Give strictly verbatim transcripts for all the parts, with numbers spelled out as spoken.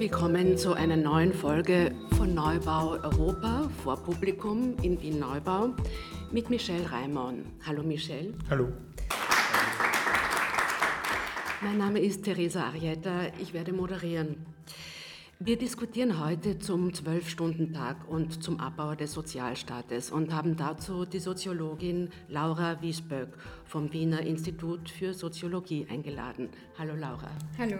willkommen zu einer neuen Folge von Neubau Europa vor Publikum in Wien Neubau mit Michelle Reimann. Hallo Michelle. Hallo. Mein Name ist Teresa Arietta, ich werde moderieren. Wir diskutieren heute zum Zwölf-Stunden-Tag und zum Abbau des Sozialstaates und haben dazu die Soziologin Laura Wiesböck vom Wiener Institut für Soziologie eingeladen. Hallo Laura. Hallo.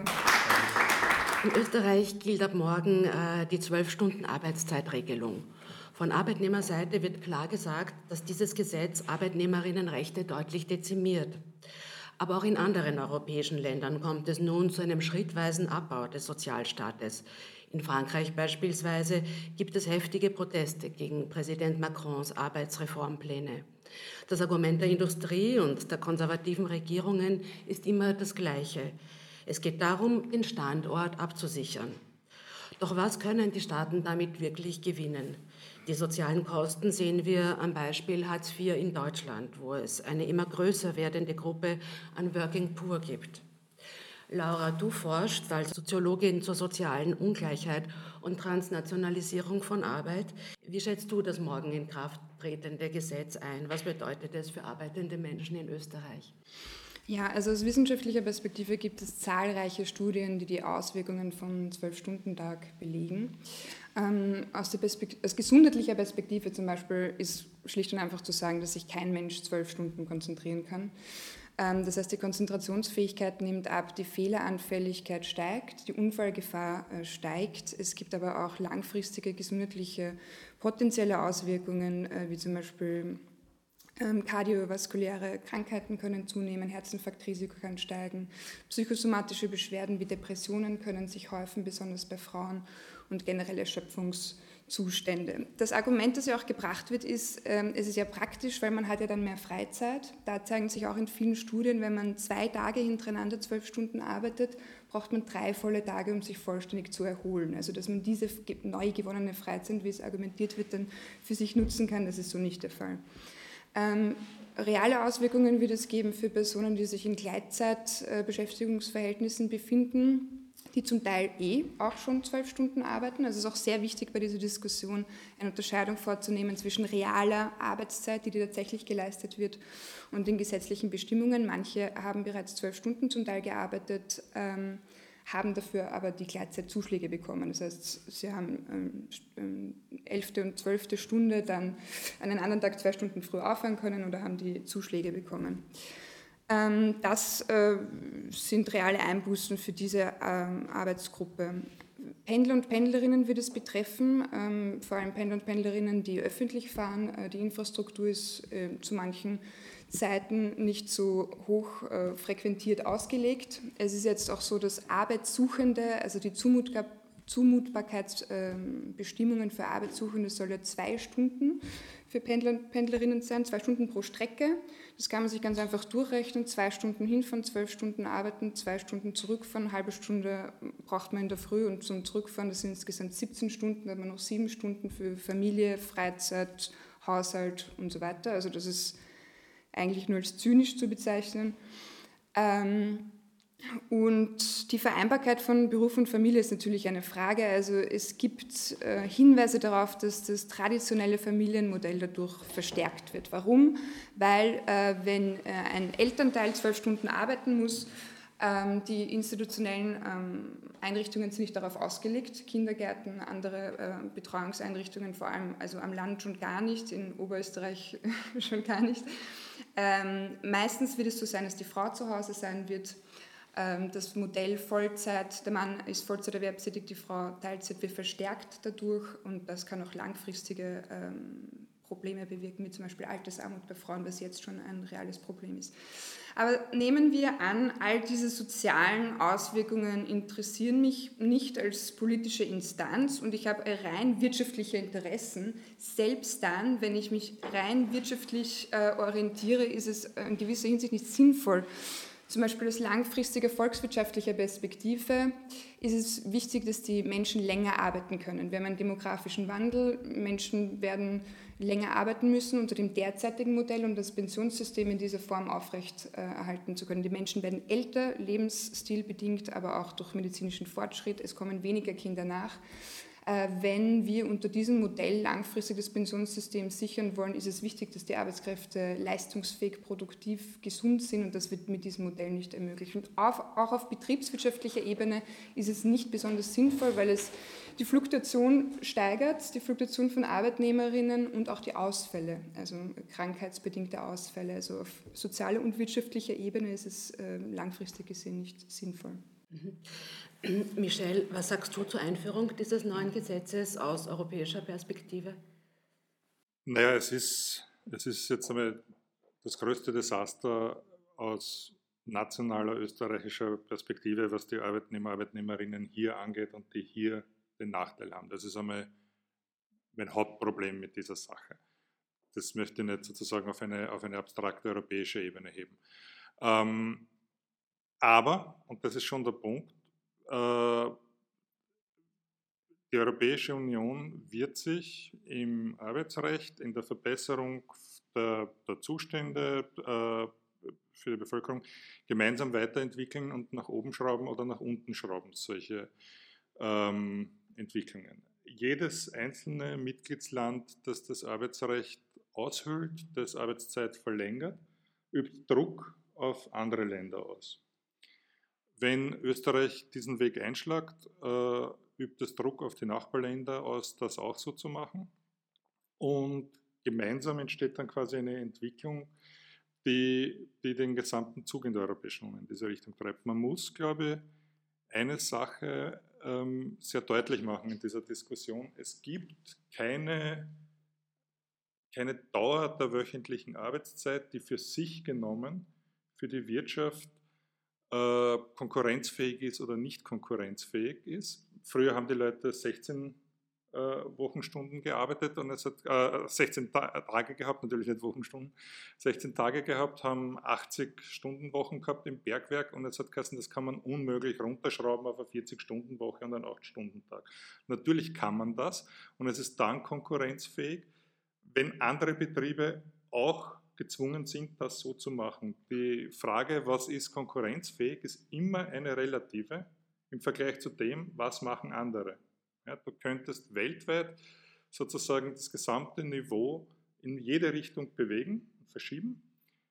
In Österreich gilt ab morgen äh, die zwölf-Stunden-Arbeitszeitregelung. Von Arbeitnehmerseite wird klar gesagt, dass dieses Gesetz Arbeitnehmerinnenrechte deutlich dezimiert. Aber auch in anderen europäischen Ländern kommt es nun zu einem schrittweisen Abbau des Sozialstaates. In Frankreich beispielsweise gibt es heftige Proteste gegen Präsident Macrons Arbeitsreformpläne. Das Argument der Industrie und der konservativen Regierungen ist immer das gleiche. Es geht darum, den Standort abzusichern. Doch was können die Staaten damit wirklich gewinnen? Die sozialen Kosten sehen wir am Beispiel Hartz vier in Deutschland, wo es eine immer größer werdende Gruppe an Working Poor gibt. Laura, du forschst als Soziologin zur sozialen Ungleichheit und Transnationalisierung von Arbeit. Wie schätzt du das morgen in Kraft tretende Gesetz ein? Was bedeutet es für arbeitende Menschen in Österreich? Ja, also aus wissenschaftlicher Perspektive gibt es zahlreiche Studien, die die Auswirkungen vom Zwölf-Stunden-Tag belegen. Ähm, aus, der aus gesundheitlicher Perspektive zum Beispiel ist schlicht und einfach zu sagen, dass sich kein Mensch zwölf Stunden konzentrieren kann. Ähm, das heißt, die Konzentrationsfähigkeit nimmt ab, die Fehleranfälligkeit steigt, die Unfallgefahr äh, steigt. Es gibt aber auch langfristige gesundheitliche potenzielle Auswirkungen, äh, wie zum Beispiel Ähm, kardiovaskuläre Krankheiten können zunehmen, Herzinfarktrisiko kann steigen, psychosomatische Beschwerden wie Depressionen können sich häufen, besonders bei Frauen, und generelle Erschöpfungszustände. Das Argument, das ja auch gebracht wird, ist, ähm, es ist ja praktisch, weil man hat ja dann mehr Freizeit. Da zeigen sich auch in vielen Studien, wenn man zwei Tage hintereinander zwölf Stunden arbeitet, braucht man drei volle Tage, um sich vollständig zu erholen. Also dass man diese neu gewonnene Freizeit, wie es argumentiert wird, dann für sich nutzen kann, das ist so nicht der Fall. Ähm, reale Auswirkungen wird es geben für Personen, die sich in Gleitzeitbeschäftigungsverhältnissen äh, befinden, die zum Teil eh auch schon zwölf Stunden arbeiten. Also es ist auch sehr wichtig bei dieser Diskussion eine Unterscheidung vorzunehmen zwischen realer Arbeitszeit, die, die tatsächlich geleistet wird, und den gesetzlichen Bestimmungen. Manche haben bereits zwölf Stunden zum Teil gearbeitet, ähm, haben dafür aber die Gleitzeitzuschläge bekommen. Das heißt, sie haben ähm, elfte und zwölfte Stunde dann an einem anderen Tag zwei Stunden früh aufhören können oder haben die Zuschläge bekommen. Ähm, das äh, sind reale Einbußen für diese ähm, Arbeitsgruppe. Pendler und Pendlerinnen wird es betreffen, ähm, vor allem Pendler und Pendlerinnen, die öffentlich fahren. Äh, die Infrastruktur ist äh, zu manchen Zeiten nicht so hoch äh, frequentiert ausgelegt. Es ist jetzt auch so, dass Arbeitssuchende, also die Zumutbar Zumutbarkeitsbestimmungen äh, für Arbeitssuchende soll ja zwei Stunden für Pendler und Pendlerinnen sein, zwei Stunden pro Strecke. Das kann man sich ganz einfach durchrechnen, zwei Stunden hinfahren, zwölf Stunden arbeiten, zwei Stunden zurückfahren, eine halbe Stunde braucht man in der Früh und zum Zurückfahren, das sind insgesamt siebzehn Stunden, da hat man noch sieben Stunden für Familie, Freizeit, Haushalt und so weiter. Also das ist eigentlich nur als zynisch zu bezeichnen. Ähm, und die Vereinbarkeit von Beruf und Familie ist natürlich eine Frage. Also es gibt äh, Hinweise darauf, dass das traditionelle Familienmodell dadurch verstärkt wird. Warum? Weil äh, wenn äh, ein Elternteil zwölf Stunden arbeiten muss, ähm, die institutionellen ähm, Einrichtungen sind nicht darauf ausgelegt, Kindergärten, andere äh, Betreuungseinrichtungen, vor allem also am Land schon gar nicht, in Oberösterreich schon gar nicht. Ähm, meistens wird es so sein, dass die Frau zu Hause sein wird. Ähm, das Modell Vollzeit, der Mann ist Vollzeiterwerbstätig, die Frau Teilzeit, wird verstärkt dadurch, und das kann auch langfristige ähm, Probleme bewirken, wie zum Beispiel Altersarmut bei Frauen, was jetzt schon ein reales Problem ist. Aber nehmen wir an, all diese sozialen Auswirkungen interessieren mich nicht als politische Instanz und ich habe rein wirtschaftliche Interessen. Selbst dann, wenn ich mich rein wirtschaftlich äh, orientiere, ist es in gewisser Hinsicht nicht sinnvoll Zum Beispiel aus langfristiger volkswirtschaftlicher Perspektive ist es wichtig, dass die Menschen länger arbeiten können. Wir haben einen demografischen Wandel, Menschen werden länger arbeiten müssen unter dem derzeitigen Modell, um das Pensionssystem in dieser Form aufrecht äh, erhalten zu können. Die Menschen werden älter, lebensstilbedingt, aber auch durch medizinischen Fortschritt. Es kommen weniger Kinder nach. Wenn wir unter diesem Modell langfristig das Pensionssystem sichern wollen, ist es wichtig, dass die Arbeitskräfte leistungsfähig, produktiv, gesund sind, und das wird mit diesem Modell nicht ermöglicht. Und auch auf betriebswirtschaftlicher Ebene ist es nicht besonders sinnvoll, weil es die Fluktuation steigert, die Fluktuation von Arbeitnehmerinnen und auch die Ausfälle, also krankheitsbedingte Ausfälle. Also auf sozialer und wirtschaftlicher Ebene ist es langfristig gesehen nicht sinnvoll. Mhm. Michelle, was sagst du zur Einführung dieses neuen Gesetzes aus europäischer Perspektive? Naja, es ist, es ist jetzt einmal das größte Desaster aus nationaler österreichischer Perspektive, was die Arbeitnehmer, Arbeitnehmerinnen hier angeht und die hier den Nachteil haben. Das ist einmal mein Hauptproblem mit dieser Sache. Das möchte ich nicht sozusagen auf eine, auf eine abstrakte europäische Ebene heben. Ähm, aber, und das ist schon der Punkt, die Europäische Union wird sich im Arbeitsrecht, in der Verbesserung der, der Zustände äh, für die Bevölkerung gemeinsam weiterentwickeln und nach oben schrauben oder nach unten schrauben, solche ähm, Entwicklungen. Jedes einzelne Mitgliedsland, das das Arbeitsrecht aushöhlt, das Arbeitszeit verlängert, übt Druck auf andere Länder aus. Wenn Österreich diesen Weg einschlägt, äh, übt es Druck auf die Nachbarländer aus, das auch so zu machen. Und gemeinsam entsteht dann quasi eine Entwicklung, die, die den gesamten Zug in der Europäischen Union in diese Richtung treibt. Man muss, glaube ich, eine Sache ähm, sehr deutlich machen in dieser Diskussion. Es gibt keine, keine Dauer der wöchentlichen Arbeitszeit, die für sich genommen für die Wirtschaft konkurrenzfähig ist oder nicht konkurrenzfähig ist. Früher haben die Leute sechzehn äh, Wochenstunden gearbeitet und es hat äh, sechzehn Ta- Tage gehabt, natürlich nicht Wochenstunden, sechzehn Tage gehabt, haben achtzig Stunden Wochen gehabt im Bergwerk, und es hat geheißen, das kann man unmöglich runterschrauben auf eine vierzig Stunden Woche und einen acht Stunden Tag. Natürlich kann man das, und es ist dann konkurrenzfähig, wenn andere Betriebe auch gezwungen sind, das so zu machen. Die Frage, was ist konkurrenzfähig, ist immer eine relative im Vergleich zu dem, was machen andere. Ja, du könntest weltweit sozusagen das gesamte Niveau in jede Richtung bewegen, verschieben,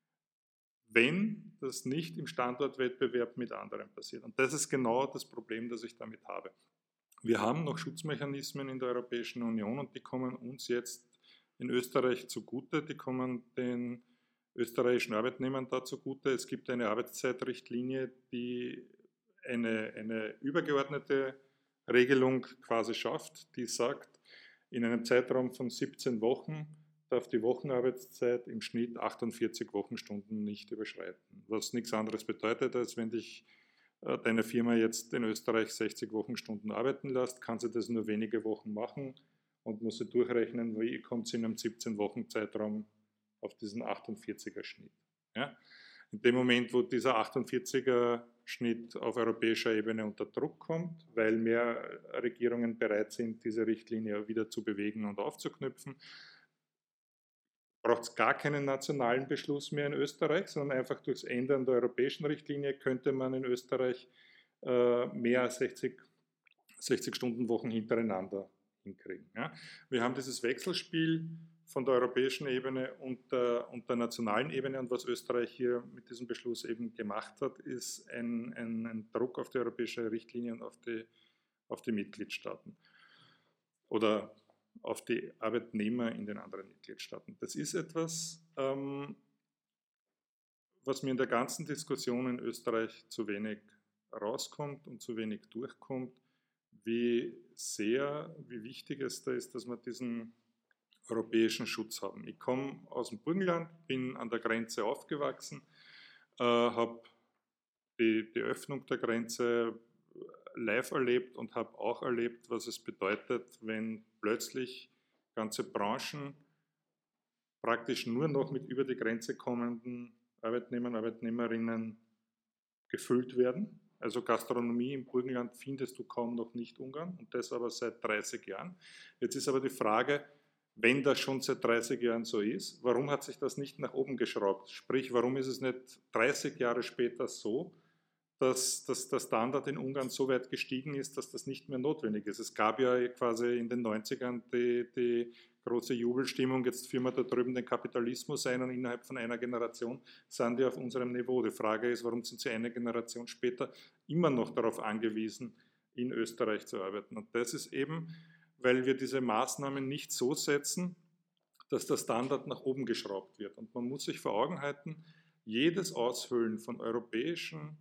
wenn das nicht im Standortwettbewerb mit anderen passiert. Und das ist genau das Problem, das ich damit habe. Wir haben noch Schutzmechanismen in der Europäischen Union, und die kommen uns jetzt in Österreich zugute, die kommen den österreichischen Arbeitnehmern da zugute. Es gibt eine Arbeitszeitrichtlinie, die eine, eine übergeordnete Regelung quasi schafft, die sagt, in einem Zeitraum von siebzehn Wochen darf die Wochenarbeitszeit im Schnitt achtundvierzig Wochenstunden nicht überschreiten. Was nichts anderes bedeutet, als wenn dich äh, deine Firma jetzt in Österreich sechzig Wochenstunden arbeiten lässt, kann sie das nur wenige Wochen machen und muss sie durchrechnen, wie kommt sie in einem siebzehn-Wochen-Zeitraum auf diesen achtundvierziger-Schnitt. Ja? In dem Moment, wo dieser achtundvierziger-Schnitt auf europäischer Ebene unter Druck kommt, weil mehr Regierungen bereit sind, diese Richtlinie wieder zu bewegen und aufzuknüpfen, braucht es gar keinen nationalen Beschluss mehr in Österreich, sondern einfach durchs Ändern der europäischen Richtlinie könnte man in Österreich äh, mehr als sechzig, sechzig Stunden Wochen hintereinander hinkriegen. Ja? Wir haben dieses Wechselspiel von der europäischen Ebene und der, und der nationalen Ebene, und was Österreich hier mit diesem Beschluss eben gemacht hat, ist ein, ein, ein Druck auf die europäische Richtlinie und auf die, auf die Mitgliedstaaten oder auf die Arbeitnehmer in den anderen Mitgliedstaaten. Das ist etwas, ähm, was mir in der ganzen Diskussion in Österreich zu wenig rauskommt und zu wenig durchkommt, wie sehr, wie wichtig es da ist, dass wir diesen europäischen Schutz haben. Ich komme aus dem Burgenland, bin an der Grenze aufgewachsen, äh, habe die, die Öffnung der Grenze live erlebt und habe auch erlebt, was es bedeutet, wenn plötzlich ganze Branchen praktisch nur noch mit über die Grenze kommenden Arbeitnehmern, Arbeitnehmerinnen gefüllt werden. Also Gastronomie im Burgenland findest du kaum noch nicht Ungarn und das aber seit dreißig Jahren. Jetzt ist aber die Frage, wenn das schon seit dreißig Jahren so ist, warum hat sich das nicht nach oben geschraubt? Sprich, warum ist es nicht dreißig Jahre später so, dass, dass der Standard in Ungarn so weit gestiegen ist, dass das nicht mehr notwendig ist? Es gab ja quasi in den neunzigern die, die große Jubelstimmung, jetzt führen wir da drüben den Kapitalismus ein und innerhalb von einer Generation sind die auf unserem Niveau. Die Frage ist, warum sind sie eine Generation später immer noch darauf angewiesen, in Österreich zu arbeiten? Und das ist eben, weil wir diese Maßnahmen nicht so setzen, dass der Standard nach oben geschraubt wird. Und man muss sich vor Augen halten, jedes Aushöhlen von europäischen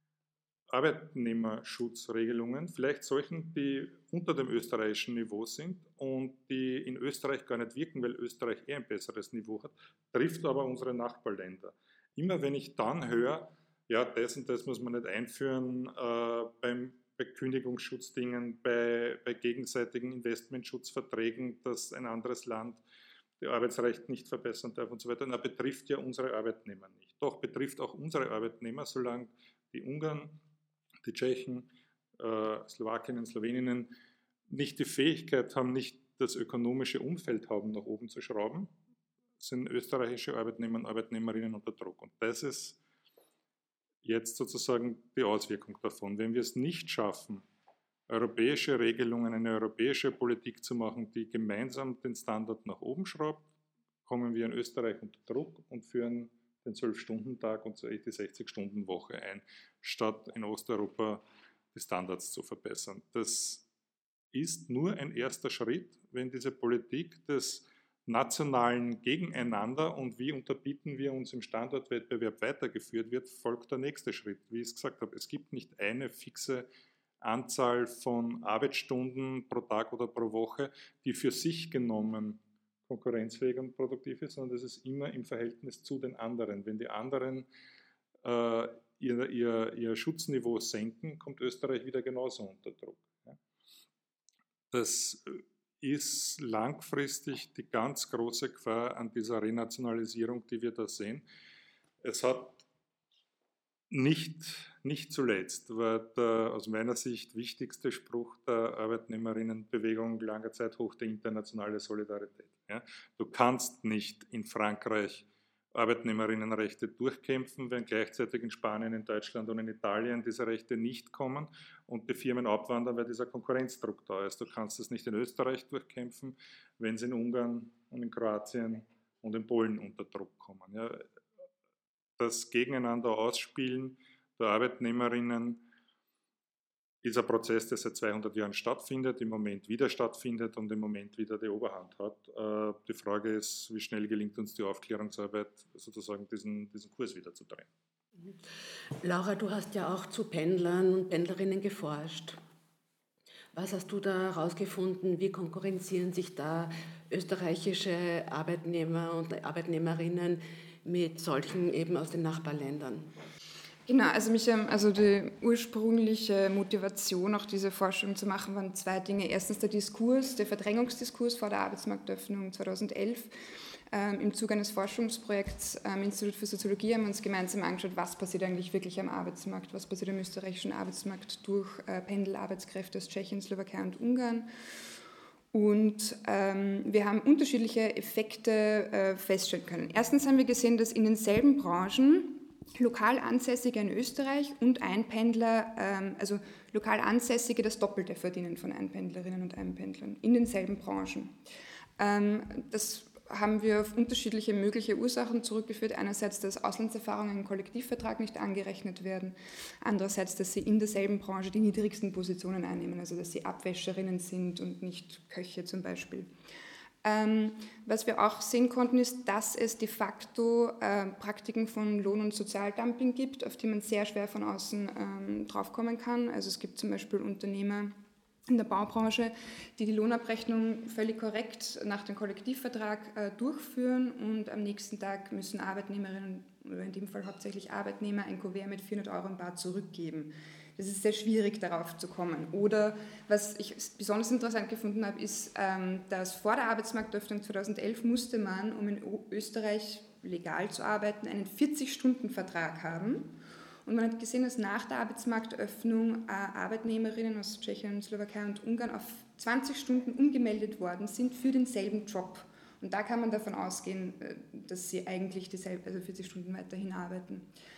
Arbeitnehmerschutzregelungen, vielleicht solchen, die unter dem österreichischen Niveau sind und die in Österreich gar nicht wirken, weil Österreich eher ein besseres Niveau hat, trifft aber unsere Nachbarländer. Immer wenn ich dann höre, ja, das und das muss man nicht einführen äh, beim, bei Kündigungsschutzdingen, bei, bei gegenseitigen Investmentschutzverträgen, dass ein anderes Land das Arbeitsrecht nicht verbessern darf und so weiter, dann betrifft ja unsere Arbeitnehmer nicht. Doch betrifft auch unsere Arbeitnehmer, solange die Ungarn, die Tschechen, äh, Slowakinnen, Sloweninnen nicht die Fähigkeit haben, nicht das ökonomische Umfeld haben, nach oben zu schrauben, sind österreichische Arbeitnehmer und Arbeitnehmerinnen unter Druck. Und das ist jetzt sozusagen die Auswirkung davon. Wenn wir es nicht schaffen, europäische Regelungen, eine europäische Politik zu machen, die gemeinsam den Standard nach oben schraubt, kommen wir in Österreich unter Druck und führen den zwölf-Stunden-Tag und die sechzig-Stunden-Woche ein, statt in Osteuropa die Standards zu verbessern. Das ist nur ein erster Schritt, wenn diese Politik des nationalen Gegeneinander und wie unterbieten wir uns im Standortwettbewerb weitergeführt wird, folgt der nächste Schritt. Wie ich es gesagt habe, es gibt nicht eine fixe Anzahl von Arbeitsstunden pro Tag oder pro Woche, die für sich genommen konkurrenzfähig und produktiv ist, sondern das ist immer im Verhältnis zu den anderen. Wenn die anderen äh, ihr, ihr, ihr Schutzniveau senken, kommt Österreich wieder genauso unter Druck. Ja. Das ist langfristig die ganz große Gefahr an dieser Renationalisierung, die wir da sehen. Es hat nicht, nicht zuletzt, war der aus meiner Sicht wichtigste Spruch der Arbeitnehmerinnenbewegung langer Zeit hoch die internationale Solidarität. Ja. Du kannst nicht in Frankreich Arbeitnehmerinnenrechte durchkämpfen, wenn gleichzeitig in Spanien, in Deutschland und in Italien diese Rechte nicht kommen und die Firmen abwandern, weil dieser Konkurrenzdruck da ist. Du kannst es nicht in Österreich durchkämpfen, wenn sie in Ungarn und in Kroatien und in Polen unter Druck kommen. Ja. Das Gegeneinander ausspielen der Arbeitnehmerinnen ist ein Prozess, der seit zweihundert Jahren stattfindet, im Moment wieder stattfindet und im Moment wieder die Oberhand hat. Die Frage ist, wie schnell gelingt uns die Aufklärungsarbeit, sozusagen diesen, diesen Kurs wieder zu drehen. Laura, du hast ja auch zu Pendlern und Pendlerinnen geforscht. Was hast du da herausgefunden? Wie konkurrenzieren sich da österreichische Arbeitnehmer und Arbeitnehmerinnen mit solchen eben aus den Nachbarländern? Genau, also, mich, also die ursprüngliche Motivation, auch diese Forschung zu machen, waren zwei Dinge. Erstens der Diskurs, der Verdrängungsdiskurs vor der Arbeitsmarktöffnung zweitausendelf. Ähm, Im Zuge eines Forschungsprojekts am Institut für Soziologie haben wir uns gemeinsam angeschaut, was passiert eigentlich wirklich am Arbeitsmarkt, was passiert am österreichischen Arbeitsmarkt durch äh, Pendelarbeitskräfte aus Tschechien, Slowakei und Ungarn. Und ähm, wir haben unterschiedliche Effekte äh, feststellen können. Erstens haben wir gesehen, dass in denselben Branchen lokal Ansässige in Österreich und Einpendler, ähm, also lokal Ansässige das Doppelte verdienen von Einpendlerinnen und Einpendlern in denselben Branchen. Ähm, das haben wir auf unterschiedliche mögliche Ursachen zurückgeführt. Einerseits, dass Auslandserfahrungen im Kollektivvertrag nicht angerechnet werden. Andererseits, dass sie in derselben Branche die niedrigsten Positionen einnehmen, also dass sie Abwäscherinnen sind und nicht Köche zum Beispiel. Ähm, was wir auch sehen konnten, ist, dass es de facto äh, Praktiken von Lohn- und Sozialdumping gibt, auf die man sehr schwer von außen ähm, draufkommen kann. Also es gibt zum Beispiel Unternehmer in der Baubranche, die die Lohnabrechnung völlig korrekt nach dem Kollektivvertrag äh, durchführen und am nächsten Tag müssen Arbeitnehmerinnen, oder in dem Fall hauptsächlich Arbeitnehmer, ein Kuvert mit vierhundert Euro im Bar zurückgeben. Das ist sehr schwierig, darauf zu kommen. Oder was ich besonders interessant gefunden habe, ist, dass vor der Arbeitsmarktöffnung zweitausendelf musste man, um in Österreich legal zu arbeiten, einen vierzig-Stunden-Vertrag haben. Und man hat gesehen, dass nach der Arbeitsmarktöffnung äh, Arbeitnehmerinnen aus Tschechien, Slowakei und Ungarn auf zwanzig Stunden umgemeldet worden sind für denselben Job. Und da kann man davon ausgehen, dass sie eigentlich dieselbe, also vierzig Stunden weiterhin arbeiten.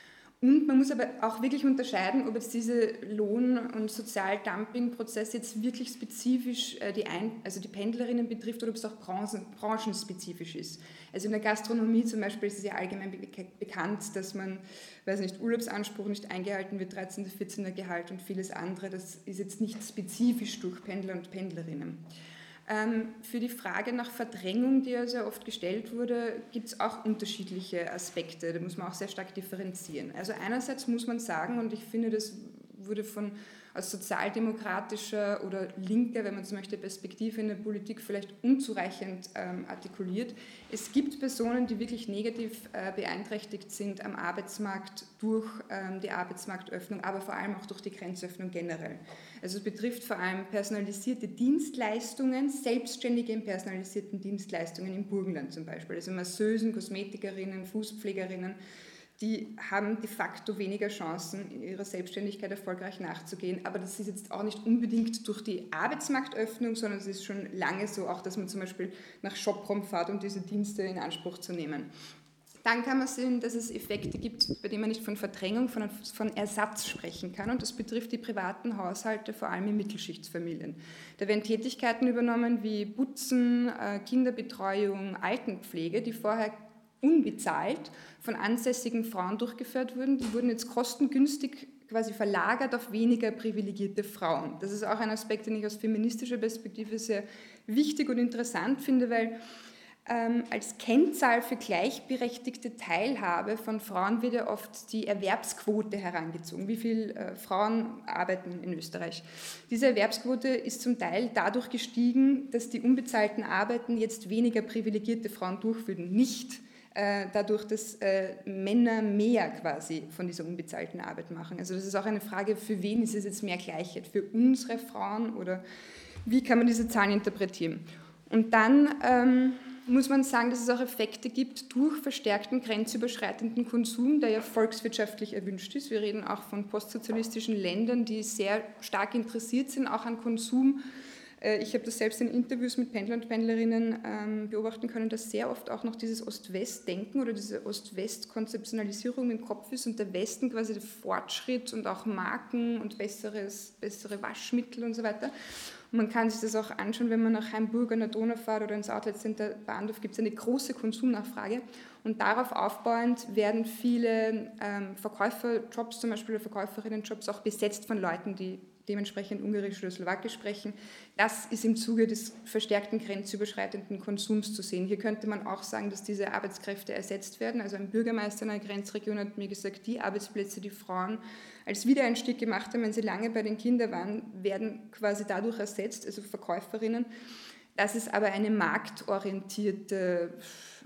Und man muss aber auch wirklich unterscheiden, ob jetzt diese Lohn- und Sozialdumping-Prozess jetzt wirklich spezifisch die, Ein-, also die Pendlerinnen betrifft oder ob es auch branchen- branchenspezifisch ist. Also in der Gastronomie zum Beispiel ist es ja allgemein be- bekannt, dass man, weiß nicht, Urlaubsanspruch nicht eingehalten wird, dreizehnter, vierzehnter Gehalt und vieles andere. Das ist jetzt nicht spezifisch durch Pendler und Pendlerinnen. Ähm, für die Frage nach Verdrängung, die ja sehr oft gestellt wurde, gibt es auch unterschiedliche Aspekte. Da muss man auch sehr stark differenzieren. Also einerseits muss man sagen, und ich finde, das wurde von aus sozialdemokratischer oder linker, wenn man so möchte, Perspektive in der Politik vielleicht unzureichend ähm, artikuliert. Es gibt Personen, die wirklich negativ äh, beeinträchtigt sind am Arbeitsmarkt durch ähm, die Arbeitsmarktöffnung, aber vor allem auch durch die Grenzöffnung generell. Also es betrifft vor allem personalisierte Dienstleistungen, Selbstständige in personalisierten Dienstleistungen im Burgenland zum Beispiel, also Masseusen, Kosmetikerinnen, Fußpflegerinnen, die haben de facto weniger Chancen, ihrer Selbstständigkeit erfolgreich nachzugehen. Aber das ist jetzt auch nicht unbedingt durch die Arbeitsmarktöffnung, sondern es ist schon lange so, auch dass man zum Beispiel nach Shoprom fährt, um diese Dienste in Anspruch zu nehmen. Dann kann man sehen, dass es Effekte gibt, bei denen man nicht von Verdrängung, sondern von Ersatz sprechen kann. Und das betrifft die privaten Haushalte, vor allem in Mittelschichtsfamilien. Da werden Tätigkeiten übernommen wie Putzen, Kinderbetreuung, Altenpflege, die vorher unbezahlt von ansässigen Frauen durchgeführt wurden. Die wurden jetzt kostengünstig quasi verlagert auf weniger privilegierte Frauen. Das ist auch ein Aspekt, den ich aus feministischer Perspektive sehr wichtig und interessant finde, weil ähm, als Kennzahl für gleichberechtigte Teilhabe von Frauen wird ja oft die Erwerbsquote herangezogen. Wie viele äh, Frauen arbeiten in Österreich? Diese Erwerbsquote ist zum Teil dadurch gestiegen, dass die unbezahlten Arbeiten jetzt weniger privilegierte Frauen durchführen, nicht dadurch, dass äh, Männer mehr quasi von dieser unbezahlten Arbeit machen. Also das ist auch eine Frage, für wen ist es jetzt mehr Gleichheit? Für unsere Frauen oder wie kann man diese Zahlen interpretieren? Und dann ähm, muss man sagen, dass es auch Effekte gibt durch verstärkten grenzüberschreitenden Konsum, der ja volkswirtschaftlich erwünscht ist. Wir reden auch von postsozialistischen Ländern, die sehr stark interessiert sind, auch an Konsum. Ich habe das selbst in Interviews mit Pendlern und Pendlerinnen ähm, beobachten können, dass sehr oft auch noch dieses Ost-West-Denken oder diese Ost-West-Konzeptionalisierung im Kopf ist und der Westen quasi der Fortschritt und auch Marken und besseres, bessere Waschmittel und so weiter. Und man kann sich das auch anschauen, wenn man nach Heimburg an der Donau fährt oder ins Outlet Center Bahndorf, gibt es eine große Konsumnachfrage. Und darauf aufbauend werden viele ähm, Verkäuferjobs, zum Beispiel Verkäuferinnenjobs, auch besetzt von Leuten, die dementsprechend Ungarisch oder Slowakisch sprechen. Das ist im Zuge des verstärkten grenzüberschreitenden Konsums zu sehen. Hier könnte man auch sagen, dass diese Arbeitskräfte ersetzt werden. Also ein Bürgermeister in einer Grenzregion hat mir gesagt, die Arbeitsplätze, die Frauen als Wiedereinstieg gemacht haben, wenn sie lange bei den Kindern waren, werden quasi dadurch ersetzt, also Verkäuferinnen. Das ist aber eine marktorientierte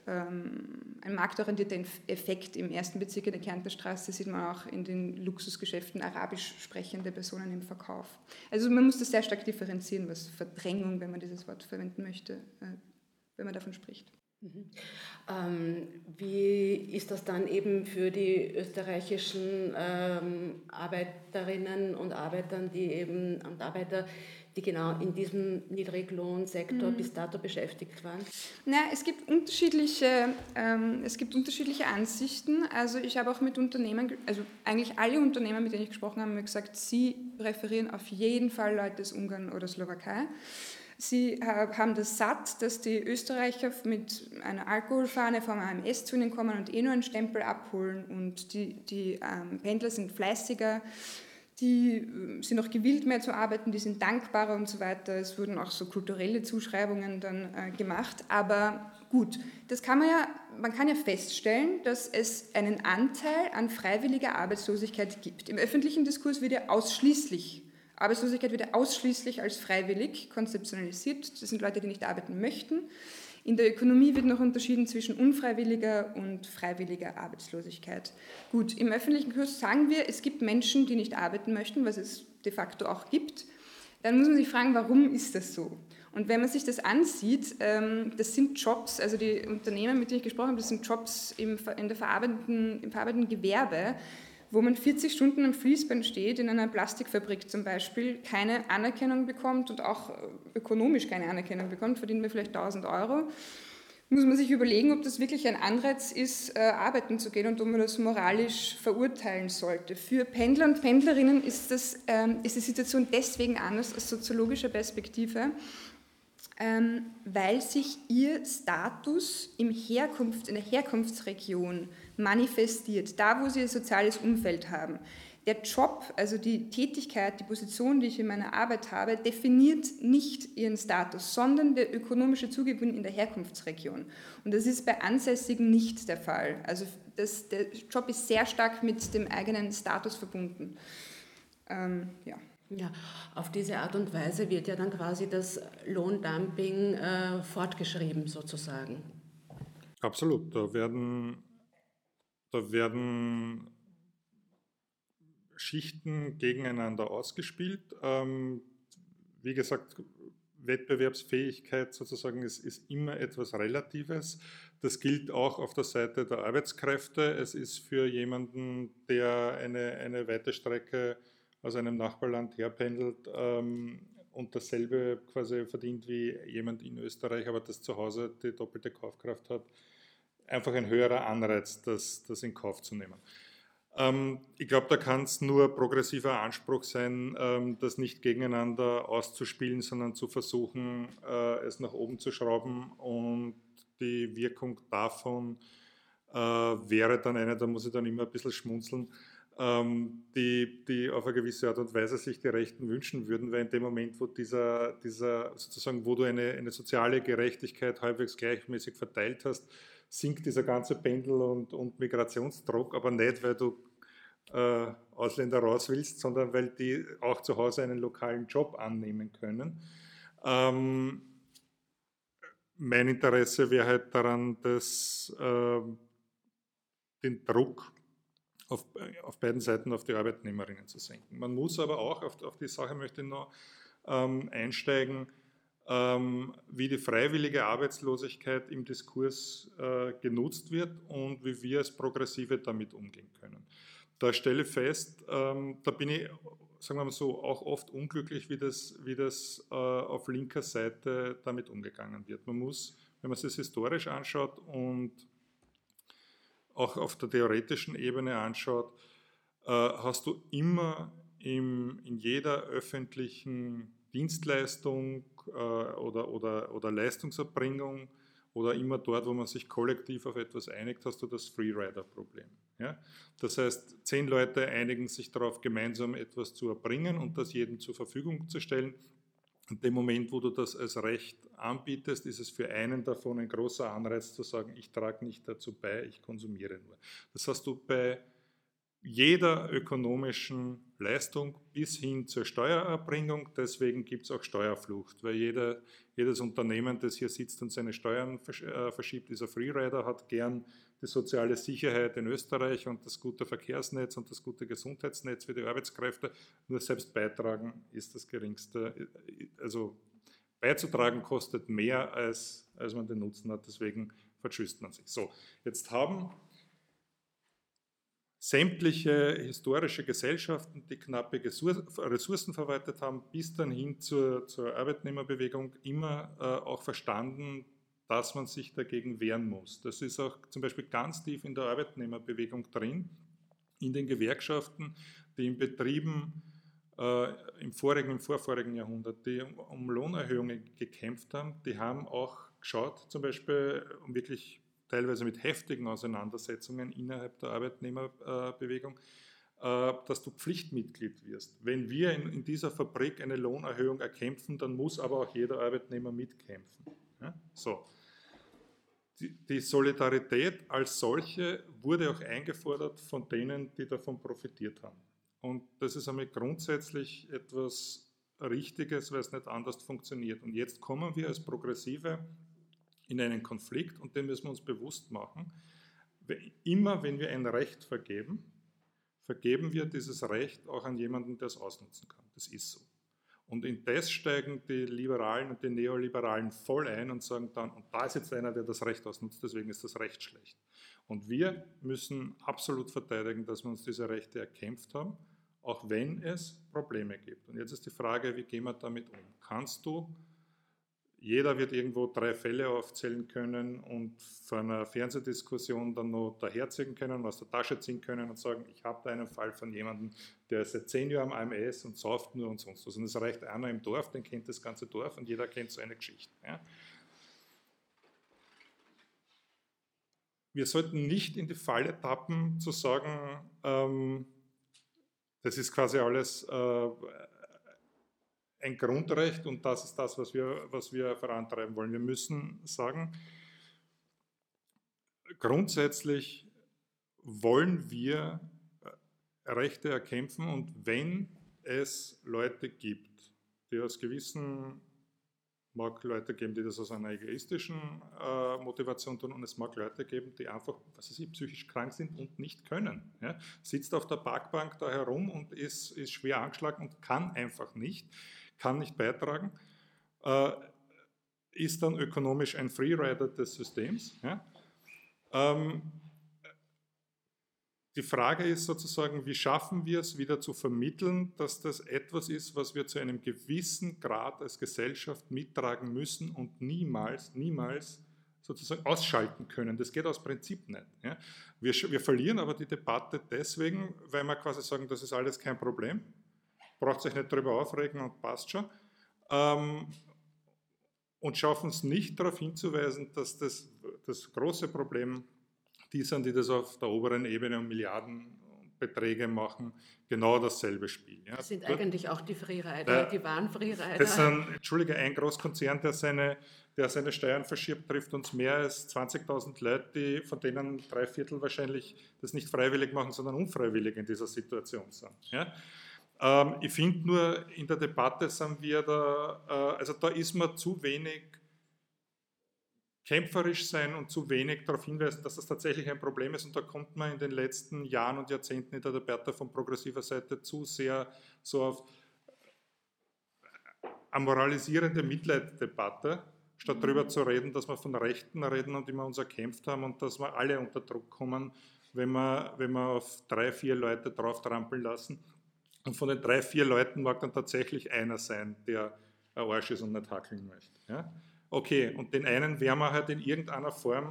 ein marktorientierter Effekt. Im ersten Bezirk in der Kärntner Straße sieht man auch in den Luxusgeschäften arabisch sprechende Personen im Verkauf. Also man muss das sehr stark differenzieren, was Verdrängung, wenn man dieses Wort verwenden möchte, wenn man davon spricht. Mhm. Ähm, wie ist das dann eben für die österreichischen ähm, Arbeiterinnen und Arbeitern, die eben und Arbeiter, die genau in diesem Niedriglohnsektor mhm. bis dato beschäftigt waren? Na, es gibt unterschiedliche, ähm, es gibt unterschiedliche Ansichten. Also ich habe auch mit Unternehmen, also eigentlich alle Unternehmer, mit denen ich gesprochen habe, haben mir gesagt, sie präferieren auf jeden Fall Leute aus Ungarn oder Slowakei. Sie haben das satt, dass die Österreicher mit einer Alkoholfahne vom A M S zu ihnen kommen und eh nur einen Stempel abholen und die, die ähm, Pendler sind fleißiger, die sind auch gewillt mehr zu arbeiten, die sind dankbarer und so weiter. Es wurden auch so kulturelle Zuschreibungen dann äh, gemacht, aber gut, das kann man ja, man kann ja feststellen, dass es einen Anteil an freiwilliger Arbeitslosigkeit gibt. Im öffentlichen Diskurs wird ja ausschließlich Arbeitslosigkeit wird ja ausschließlich als freiwillig konzeptionalisiert. Das sind Leute, die nicht arbeiten möchten. In der Ökonomie wird noch unterschieden zwischen unfreiwilliger und freiwilliger Arbeitslosigkeit. Gut, im öffentlichen Kurs sagen wir, es gibt Menschen, die nicht arbeiten möchten, was es de facto auch gibt. Dann muss man sich fragen, warum ist das so? Und wenn man sich das ansieht, das sind Jobs, also die Unternehmen, mit denen ich gesprochen habe, das sind Jobs im, in der verarbeitenden, im verarbeitenden Gewerbe, wo man vierzig Stunden am Fließband steht, in einer Plastikfabrik zum Beispiel, keine Anerkennung bekommt und auch ökonomisch keine Anerkennung bekommt, verdienen wir vielleicht tausend Euro, muss man sich überlegen, ob das wirklich ein Anreiz ist, äh, arbeiten zu gehen und ob man das moralisch verurteilen sollte. Für Pendler und Pendlerinnen ist, das, ähm, ist die Situation deswegen anders aus soziologischer Perspektive, ähm, weil sich ihr Status im Herkunft, in der Herkunftsregion manifestiert, da wo sie ein soziales Umfeld haben. Der Job, also die Tätigkeit, die Position, die ich in meiner Arbeit habe, definiert nicht ihren Status, sondern der ökonomische Zugewinn in der Herkunftsregion. Und das ist bei Ansässigen nicht der Fall. Also das, der Job ist sehr stark mit dem eigenen Status verbunden. Ähm, ja. Ja, auf diese Art und Weise wird ja dann quasi das Lohndumping äh, fortgeschrieben sozusagen. Absolut, da werden, da werden Schichten gegeneinander ausgespielt. Ähm, wie gesagt, Wettbewerbsfähigkeit sozusagen ist, ist immer etwas Relatives. Das gilt auch auf der Seite der Arbeitskräfte. Es ist für jemanden, der eine, eine weite Strecke aus einem Nachbarland herpendelt ähm, und dasselbe quasi verdient wie jemand in Österreich, aber das zu Hause die doppelte Kaufkraft hat, einfach ein höherer Anreiz, das, das in Kauf zu nehmen. Ähm, ich glaube, da kann es nur progressiver Anspruch sein, ähm, das nicht gegeneinander auszuspielen, sondern zu versuchen, äh, es nach oben zu schrauben, und die Wirkung davon äh, wäre dann eine, da muss ich dann immer ein bisschen schmunzeln, ähm, die, die auf eine gewisse Art und Weise sich die Rechten wünschen würden, weil in dem Moment, wo dieser, dieser sozusagen, wo du eine, eine soziale Gerechtigkeit halbwegs gleichmäßig verteilt hast, sinkt dieser ganze Pendel- und, und Migrationsdruck, aber nicht, weil du äh, Ausländer raus willst, sondern weil die auch zu Hause einen lokalen Job annehmen können. Ähm, mein Interesse wäre halt daran, dass äh, den Druck auf, auf beiden Seiten auf die Arbeitnehmerinnen zu senken. Man muss aber auch, auf, auf die Sache möchte ich noch ähm, einsteigen, ähm, wie die freiwillige Arbeitslosigkeit im Diskurs äh, genutzt wird und wie wir als Progressive damit umgehen können. Da stelle ich fest, ähm, da bin ich, sagen wir mal so, auch oft unglücklich, wie das, wie das äh, auf linker Seite damit umgegangen wird. Man muss, wenn man sich das historisch anschaut und auch auf der theoretischen Ebene anschaut, äh, hast du immer im, in jeder öffentlichen Dienstleistung äh, oder, oder, oder Leistungserbringung oder immer dort, wo man sich kollektiv auf etwas einigt, hast du das Freerider-Problem. Ja? Das heißt, zehn Leute einigen sich darauf, gemeinsam etwas zu erbringen und das jedem zur Verfügung zu stellen. In dem Moment, wo du das als Recht anbietest, ist es für einen davon ein großer Anreiz zu sagen, ich trage nicht dazu bei, ich konsumiere nur. Das hast du bei jeder ökonomischen Leistung bis hin zur Steuererbringung. Deswegen gibt es auch Steuerflucht, weil jeder, jedes Unternehmen, das hier sitzt und seine Steuern verschiebt, ist ein Freerider, hat gern die soziale Sicherheit in Österreich und das gute Verkehrsnetz und das gute Gesundheitsnetz für die Arbeitskräfte. Nur selbst beitragen ist das geringste. Also beizutragen kostet mehr, als, als man den Nutzen hat. Deswegen verschüsst man sich. So, jetzt haben sämtliche historische Gesellschaften, die knappe Ressourcen verwaltet haben, bis dann hin zur, zur Arbeitnehmerbewegung immer äh, auch verstanden, dass man sich dagegen wehren muss. Das ist auch zum Beispiel ganz tief in der Arbeitnehmerbewegung drin, in den Gewerkschaften, die in Betrieben äh, im vorigen, im vorvorigen Jahrhundert, die um, um Lohnerhöhungen gekämpft haben, die haben auch geschaut, zum Beispiel um wirklich teilweise mit heftigen Auseinandersetzungen innerhalb der Arbeitnehmerbewegung, dass du Pflichtmitglied wirst. Wenn wir in, in dieser Fabrik eine Lohnerhöhung erkämpfen, dann muss aber auch jeder Arbeitnehmer mitkämpfen. Ja? So. Die, die Solidarität als solche wurde auch eingefordert von denen, die davon profitiert haben. Und das ist einmal grundsätzlich etwas Richtiges, weil es nicht anders funktioniert. Und jetzt kommen wir als Progressive in einen Konflikt, und den müssen wir uns bewusst machen. Immer wenn wir ein Recht vergeben, vergeben wir dieses Recht auch an jemanden, der es ausnutzen kann. Das ist so. Und in das steigen die Liberalen und die Neoliberalen voll ein und sagen dann, und da ist jetzt einer, der das Recht ausnutzt, deswegen ist das Recht schlecht. Und wir müssen absolut verteidigen, dass wir uns diese Rechte erkämpft haben, auch wenn es Probleme gibt. Und jetzt ist die Frage, wie gehen wir damit um? Kannst du, jeder wird irgendwo drei Fälle aufzählen können und vor einer Fernsehdiskussion dann noch daherziehen können, aus der Tasche ziehen können und sagen, ich habe da einen Fall von jemandem, der ist seit zehn Jahren am A M S und sauft nur und sonst was. Und es reicht einer im Dorf, den kennt das ganze Dorf und jeder kennt so eine Geschichte. Ja. Wir sollten nicht in die Falle tappen, zu sagen, ähm, das ist quasi alles äh, ein Grundrecht und das ist das, was wir, was wir vorantreiben wollen. Wir müssen sagen, grundsätzlich wollen wir Rechte erkämpfen und wenn es Leute gibt, die aus gewissen, mag Leute geben, die das aus einer egoistischen äh, Motivation tun und es mag Leute geben, die einfach, was weiß ich, psychisch krank sind und nicht können. Ja? Sitzt auf der Parkbank da herum und ist, ist schwer angeschlagen und kann einfach nicht, kann nicht beitragen, äh, ist dann ökonomisch ein Freerider des Systems. Ja? Ähm, die Frage ist sozusagen, wie schaffen wir es wieder zu vermitteln, dass das etwas ist, was wir zu einem gewissen Grad als Gesellschaft mittragen müssen und niemals, niemals sozusagen ausschalten können. Das geht aus Prinzip nicht. Ja? Wir, wir verlieren aber die Debatte deswegen, weil wir quasi sagen, das ist alles kein Problem. Braucht sich nicht darüber aufregen und passt schon. Ähm, und schaffen es nicht darauf hinzuweisen, dass das, das große Problem, die sind, die das auf der oberen Ebene um Milliardenbeträge machen, genau dasselbe Spiel. Ja. Das sind Dort, eigentlich auch die Freerider, äh, die wahren Freerider. Das sind, Entschuldige, ein Großkonzern, der seine, der seine Steuern verschiebt, trifft uns mehr als zwanzigtausend Leute, die, von denen drei Viertel wahrscheinlich das nicht freiwillig machen, sondern unfreiwillig in dieser Situation sind. Ja. Ähm, ich finde nur, in der Debatte sind wir da, äh, also da ist man zu wenig kämpferisch sein und zu wenig darauf hinweisen, dass das tatsächlich ein Problem ist. Und da kommt man in den letzten Jahren und Jahrzehnten in der Debatte von progressiver Seite zu sehr so auf eine moralisierende Mitleidsdebatte, statt darüber zu reden, dass wir von Rechten reden und immer uns erkämpft haben und dass wir alle unter Druck kommen, wenn wir, wenn wir auf drei, vier Leute drauf trampeln lassen. Und von den drei, vier Leuten mag dann tatsächlich einer sein, der ein Arsch ist und nicht hackeln möchte. Ja? Okay, und den einen werden wir halt in irgendeiner Form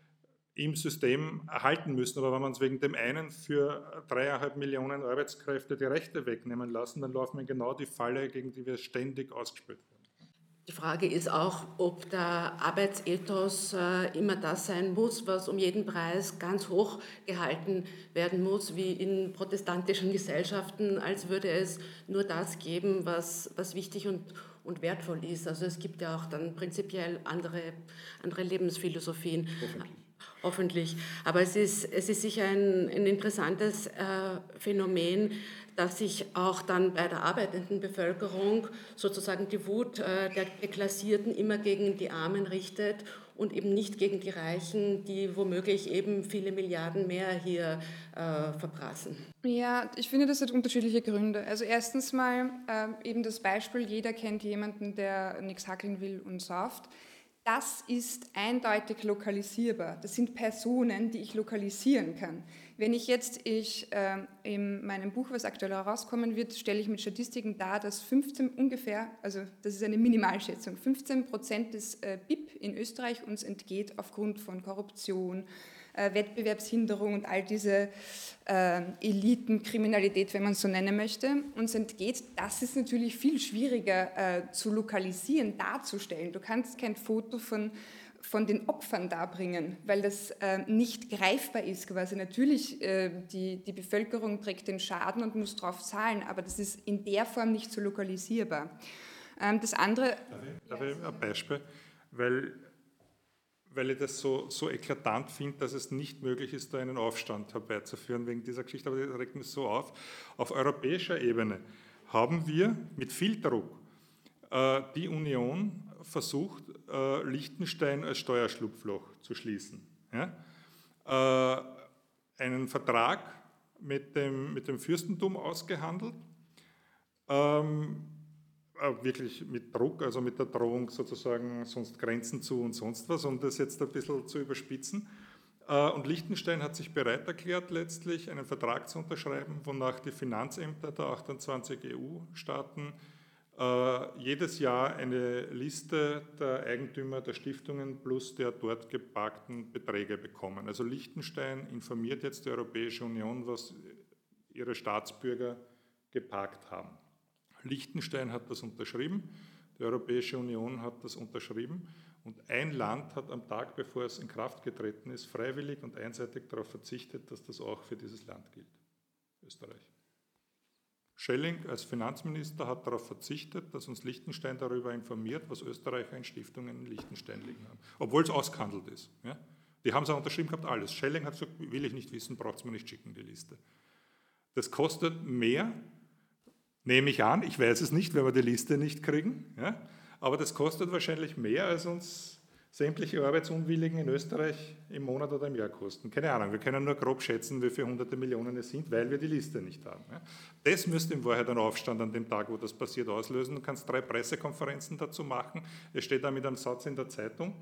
im System erhalten müssen, aber wenn wir uns wegen dem einen für dreieinhalb Millionen Arbeitskräfte die Rechte wegnehmen lassen, dann laufen wir in genau die Falle, gegen die wir ständig ausgespielt werden. Die Frage ist auch, ob der Arbeitsethos äh, immer das sein muss, was um jeden Preis ganz hoch gehalten werden muss, wie in protestantischen Gesellschaften, als würde es nur das geben, was, was wichtig und, und wertvoll ist. Also es gibt ja auch dann prinzipiell andere, andere Lebensphilosophien. Hoffentlich. Hoffentlich. Aber es ist, es ist sicher ein, ein interessantes äh, Phänomen, dass sich auch dann bei der arbeitenden Bevölkerung sozusagen die Wut äh, der Deklassierten immer gegen die Armen richtet und eben nicht gegen die Reichen, die womöglich eben viele Milliarden mehr hier äh, verprassen. Ja, ich finde, das hat unterschiedliche Gründe. Also erstens mal äh, eben das Beispiel, jeder kennt jemanden, der nichts hackeln will und sauft. Das ist eindeutig lokalisierbar. Das sind Personen, die ich lokalisieren kann. Wenn ich jetzt ich, äh, in meinem Buch, was aktuell herauskommen wird, stelle ich mit Statistiken dar, dass fünfzehn ungefähr, also das ist eine Minimalschätzung, fünfzehn Prozent des äh, B I P in Österreich uns entgeht aufgrund von Korruption, äh, Wettbewerbshinderung und all diese äh, Elitenkriminalität, wenn man es so nennen möchte, uns entgeht. Das ist natürlich viel schwieriger äh, zu lokalisieren, darzustellen. Du kannst kein Foto von von den Opfern darbringen, weil das äh, nicht greifbar ist quasi. Natürlich, äh, die, die Bevölkerung trägt den Schaden und muss darauf zahlen, aber das ist in der Form nicht so lokalisierbar. Ähm, das andere... Darf ich, darf ich ein Beispiel? Weil, weil ich das so, so eklatant finde, dass es nicht möglich ist, da einen Aufstand herbeizuführen wegen dieser Geschichte, aber das regt mich so auf. Auf europäischer Ebene haben wir mit viel Druck äh, die Union versucht, äh, Liechtenstein als Steuerschlupfloch zu schließen. Ja? Äh, einen Vertrag mit dem, mit dem Fürstentum ausgehandelt, ähm, wirklich mit Druck, also mit der Drohung sozusagen sonst Grenzen zu und sonst was, um das jetzt ein bisschen zu überspitzen. Und Liechtenstein hat sich bereit erklärt, letztlich einen Vertrag zu unterschreiben, wonach die Finanzämter der achtundzwanzig E U-Staaten äh, jedes Jahr eine Liste der Eigentümer der Stiftungen plus der dort geparkten Beträge bekommen. Also Liechtenstein informiert jetzt die Europäische Union, was ihre Staatsbürger geparkt haben. Liechtenstein hat das unterschrieben, die Europäische Union hat das unterschrieben und ein Land hat am Tag, bevor es in Kraft getreten ist, freiwillig und einseitig darauf verzichtet, dass das auch für dieses Land gilt, Österreich. Schelling als Finanzminister hat darauf verzichtet, dass uns Liechtenstein darüber informiert, was Österreicher in Stiftungen in Liechtenstein liegen haben, obwohl es ausgehandelt ist. Ja? Die haben es auch unterschrieben gehabt, alles. Schelling hat gesagt, will ich nicht wissen, braucht es mir nicht schicken, die Liste. Das kostet mehr, nehme ich an, ich weiß es nicht, wenn wir die Liste nicht kriegen, ja? Aber das kostet wahrscheinlich mehr, als uns sämtliche Arbeitsunwilligen in Österreich im Monat oder im Jahr kosten. Keine Ahnung, wir können nur grob schätzen, wie viele hunderte Millionen es sind, weil wir die Liste nicht haben. Ja? Das müsste in Wahrheit ein Aufstand an dem Tag, wo das passiert, auslösen. Du kannst drei Pressekonferenzen dazu machen, es steht da mit einem Satz in der Zeitung,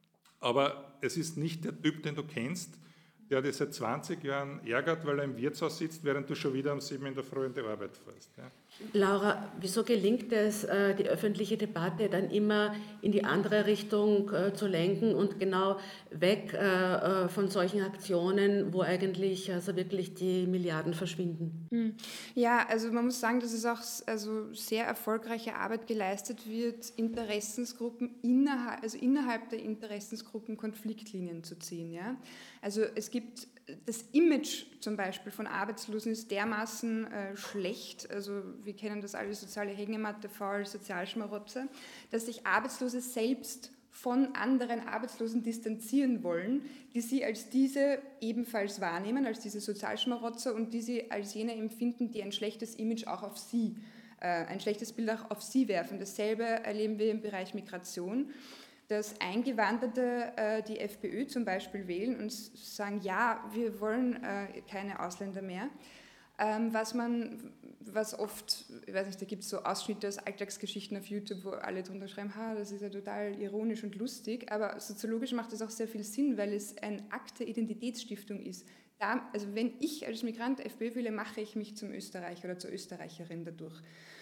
aber es ist nicht der Typ, den du kennst, der dich seit zwanzig Jahren ärgert, weil er im Wirtshaus sitzt, während du schon wieder um sieben in der Früh in die Arbeit fährst. Ja. Laura, wieso gelingt es, die öffentliche Debatte dann immer in die andere Richtung zu lenken und genau weg von solchen Aktionen, wo eigentlich also wirklich die Milliarden verschwinden? Ja, also man muss sagen, dass es auch also sehr erfolgreiche Arbeit geleistet wird, Interessensgruppen innerhalb, also innerhalb der Interessensgruppen Konfliktlinien zu ziehen. Ja? Also es gibt das Image zum Beispiel von Arbeitslosen ist dermaßen äh, schlecht, also wir kennen das alle, soziale Hängematte, faul, Sozialschmarotzer, dass sich Arbeitslose selbst von anderen Arbeitslosen distanzieren wollen, die sie als diese ebenfalls wahrnehmen, als diese Sozialschmarotzer und die sie als jene empfinden, die ein schlechtes Image auch auf sie, äh, ein schlechtes Bild auch auf sie werfen. Dasselbe erleben wir im Bereich Migration, dass Eingewanderte äh, die FPÖ zum Beispiel wählen und sagen, ja, wir wollen äh, keine Ausländer mehr. Ähm, was man, was oft, ich weiß nicht, da gibt es so Ausschnitte aus Alltagsgeschichten auf YouTube, wo alle drunter schreiben, ha, das ist ja total ironisch und lustig, aber soziologisch macht das auch sehr viel Sinn, weil es ein Akt der Identitätsstiftung ist. Da, also wenn ich als Migrant FPÖ wähle, mache ich mich zum Österreicher oder zur Österreicherin dadurch.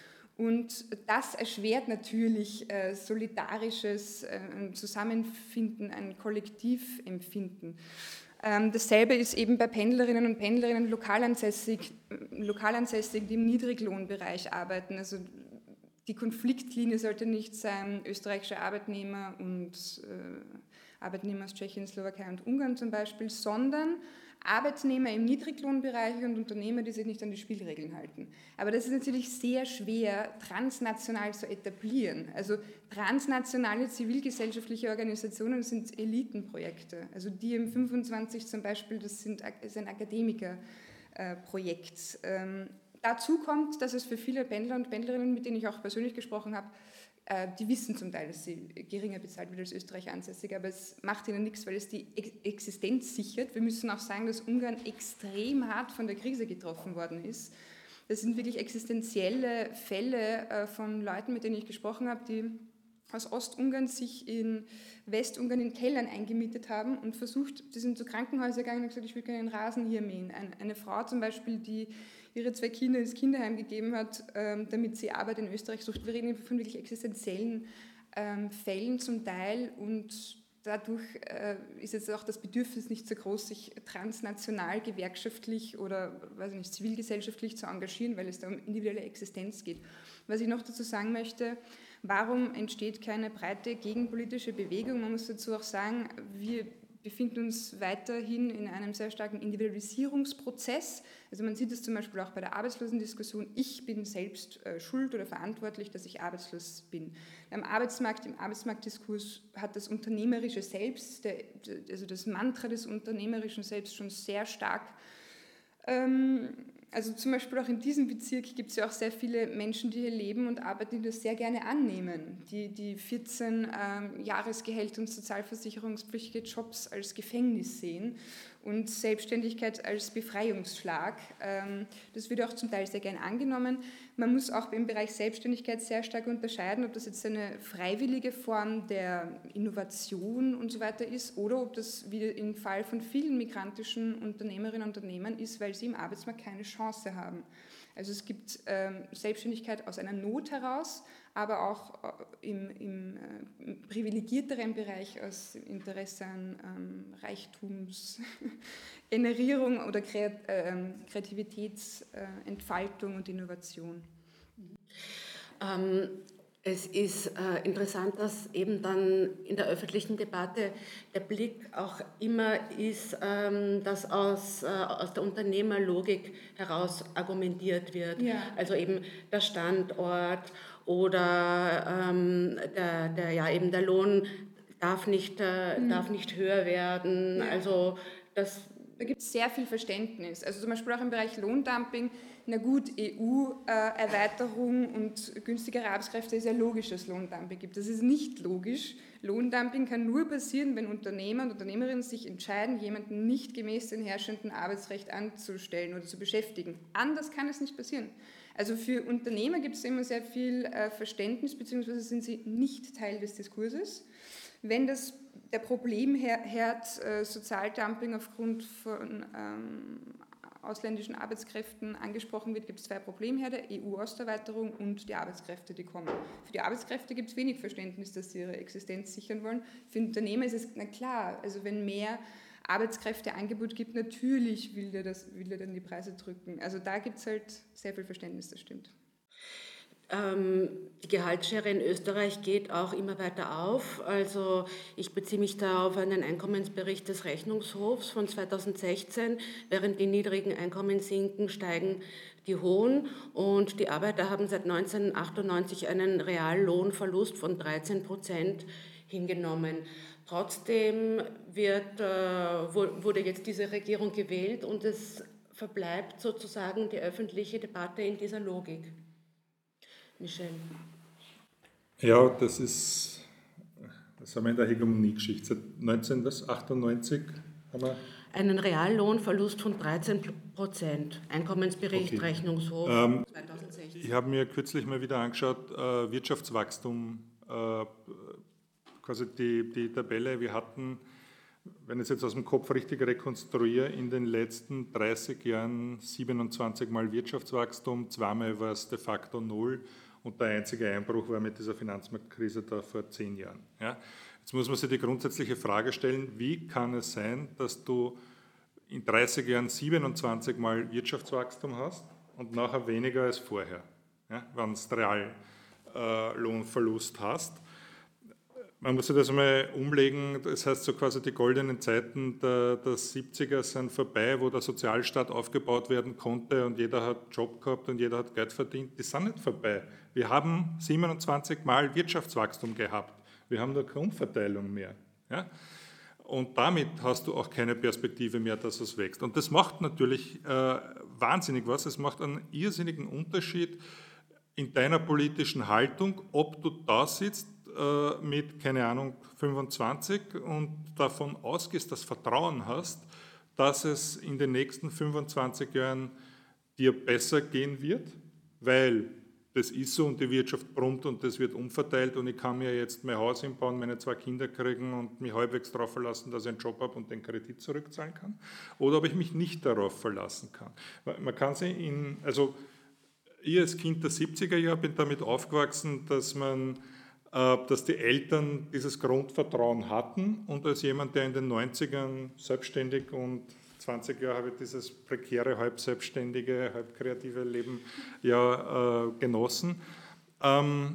Und das erschwert natürlich äh, solidarisches äh, Zusammenfinden, ein Kollektivempfinden. Ähm, dasselbe ist eben bei Pendlerinnen und Pendlerinnen lokalansässig, lokalansässig, die im Niedriglohnbereich arbeiten. Also die Konfliktlinie sollte nicht sein, österreichische Arbeitnehmer und äh, Arbeitnehmer aus Tschechien, Slowakei und Ungarn zum Beispiel, sondern Arbeitnehmer im Niedriglohnbereich und Unternehmer, die sich nicht an die Spielregeln halten. Aber das ist natürlich sehr schwer, transnational zu etablieren. Also transnationale zivilgesellschaftliche Organisationen sind Elitenprojekte. Also die M fünfundzwanzig zum Beispiel, das, sind, das ist ein Akademikerprojekt. Ähm, dazu kommt, dass es für viele Pendler und Pendlerinnen, mit denen ich auch persönlich gesprochen habe, die wissen zum Teil, dass sie geringer bezahlt wird als Österreich ansässig, aber es macht ihnen nichts, weil es die Existenz sichert. Wir müssen auch sagen, dass Ungarn extrem hart von der Krise getroffen worden ist. Das sind wirklich existenzielle Fälle von Leuten, mit denen ich gesprochen habe, die aus Ostungarn sich in Westungarn in Kellern eingemietet haben und versucht, die sind zu Krankenhäusern gegangen und gesagt, ich will gerne den Rasen hier mähen. Eine Frau zum Beispiel, die ihre zwei Kinder ins Kinderheim gegeben hat, damit sie Arbeit in Österreich sucht. Wir reden von wirklich existenziellen Fällen zum Teil und dadurch ist jetzt auch das Bedürfnis nicht so groß, sich transnational, gewerkschaftlich oder weiß ich nicht, zivilgesellschaftlich zu engagieren, weil es da um individuelle Existenz geht. Was ich noch dazu sagen möchte, warum entsteht keine breite gegenpolitische Bewegung? Man muss dazu auch sagen, wir befinden uns weiterhin in einem sehr starken Individualisierungsprozess. Also man sieht es zum Beispiel auch bei der Arbeitslosendiskussion. Ich bin selbst äh, schuld oder verantwortlich, dass ich arbeitslos bin. Am Arbeitsmarkt, im Arbeitsmarktdiskurs hat das unternehmerische Selbst, der, also das Mantra des unternehmerischen Selbst schon sehr stark. Ähm, also zum Beispiel auch in diesem Bezirk gibt es ja auch sehr viele Menschen, die hier leben und arbeiten, die das sehr gerne annehmen, die die vierzehn ähm, Jahresgehälter und sozialversicherungspflichtige Jobs als Gefängnis sehen und Selbstständigkeit als Befreiungsschlag. Das wird auch zum Teil sehr gern angenommen. Man muss auch im Bereich Selbstständigkeit sehr stark unterscheiden, ob das jetzt eine freiwillige Form der Innovation und so weiter ist oder ob das, wie im Fall von vielen migrantischen Unternehmerinnen und Unternehmern ist, weil sie im Arbeitsmarkt keine Chance haben. Also es gibt ähm, Selbstständigkeit aus einer Not heraus, aber auch äh, im, im äh, privilegierteren Bereich aus Interesse an ähm, Reichtumsgenerierung oder Kreat äh, Kreativitätsentfaltung äh, und Innovation. Ähm, es ist äh, interessant, dass eben dann in der öffentlichen Debatte der Blick auch immer ist, ähm, dass aus, äh, aus der Unternehmerlogik heraus argumentiert wird. Ja. Also eben der Standort oder ähm, der, der, ja, eben der Lohn darf nicht, äh, mhm. darf nicht höher werden. Ja. Also das Da gibt es sehr viel Verständnis. Also zum Beispiel auch im Bereich Lohndumping. Na gut, E U-Erweiterung und günstigere Arbeitskräfte ist ja logisch, dass es Lohndumping gibt. Das ist nicht logisch. Lohndumping kann nur passieren, wenn Unternehmer und Unternehmerinnen sich entscheiden, jemanden nicht gemäß dem herrschenden Arbeitsrecht anzustellen oder zu beschäftigen. Anders kann es nicht passieren. Also für Unternehmer gibt es immer sehr viel Verständnis, beziehungsweise sind sie nicht Teil des Diskurses. Wenn das der Problemherd äh, Sozialdumping aufgrund von ähm, ausländischen Arbeitskräften angesprochen wird, gibt es zwei Problemherde, E U-Osterweiterung und die Arbeitskräfte, die kommen. Für die Arbeitskräfte gibt es wenig Verständnis, dass sie ihre Existenz sichern wollen. Für Unternehmer ist es, na klar, also wenn mehr Arbeitskräfteangebot gibt, natürlich will der, das, will der dann die Preise drücken. Also da gibt es halt sehr viel Verständnis, das stimmt. Die Gehaltsschere in Österreich geht auch immer weiter auf. Also ich beziehe mich da auf einen Einkommensbericht des Rechnungshofs von zweitausendsechzehn. Während die niedrigen Einkommen sinken, steigen die hohen. Und die Arbeiter haben seit neunzehnhundertachtundneunzig einen Reallohnverlust von dreizehn Prozent hingenommen. Trotzdem wird, äh, wurde jetzt diese Regierung gewählt und es verbleibt sozusagen die öffentliche Debatte in dieser Logik. Michel. Ja, das ist, das haben wir in der Hegemoniegeschichte. Seit neunzehnhundertachtundneunzig haben wir einen Reallohnverlust von dreizehn Prozent. Einkommensbericht, okay. Rechnungshof ähm, zweitausendsechzehn. Ich habe mir kürzlich mal wieder angeschaut, äh, Wirtschaftswachstum, äh, quasi die, die Tabelle. Wir hatten, wenn ich es jetzt aus dem Kopf richtig rekonstruiere, in den letzten dreißig Jahren siebenundzwanzig Mal Wirtschaftswachstum, zweimal war es de facto null. Und der einzige Einbruch war mit dieser Finanzmarktkrise da vor zehn Jahren. Ja. Jetzt muss man sich die grundsätzliche Frage stellen, wie kann es sein, dass du in dreißig Jahren siebenundzwanzig Mal Wirtschaftswachstum hast und nachher weniger als vorher, ja, wenn du Reallohnverlust äh, hast. Man muss sich das einmal umlegen, das heißt so quasi die goldenen Zeiten der, der siebziger sind vorbei, wo der Sozialstaat aufgebaut werden konnte und jeder hat Job gehabt und jeder hat Geld verdient, die sind nicht vorbei. Wir haben siebenundzwanzig Mal Wirtschaftswachstum gehabt, wir haben nur keine Umverteilung mehr. Ja? Und damit hast du auch keine Perspektive mehr, dass es wächst. Und das macht natürlich äh, wahnsinnig was, es macht einen irrsinnigen Unterschied in deiner politischen Haltung, ob du da sitzt mit, keine Ahnung, fünfundzwanzig und davon ausgehst, das Vertrauen hast, dass es in den nächsten fünfundzwanzig Jahren dir besser gehen wird, weil das ist so und die Wirtschaft brummt und das wird umverteilt und ich kann mir jetzt mein Haus hinbauen, meine zwei Kinder kriegen und mich halbwegs darauf verlassen, dass ich einen Job habe und den Kredit zurückzahlen kann, oder ob ich mich nicht darauf verlassen kann. Man kann sich in, also ich als Kind der siebziger Jahre bin damit aufgewachsen, dass man dass die Eltern dieses Grundvertrauen hatten und als jemand, der in den neunzigern selbstständig und zwanzig Jahre habe ich dieses prekäre, halb selbstständige, halb kreative Leben ja äh, genossen. Ähm,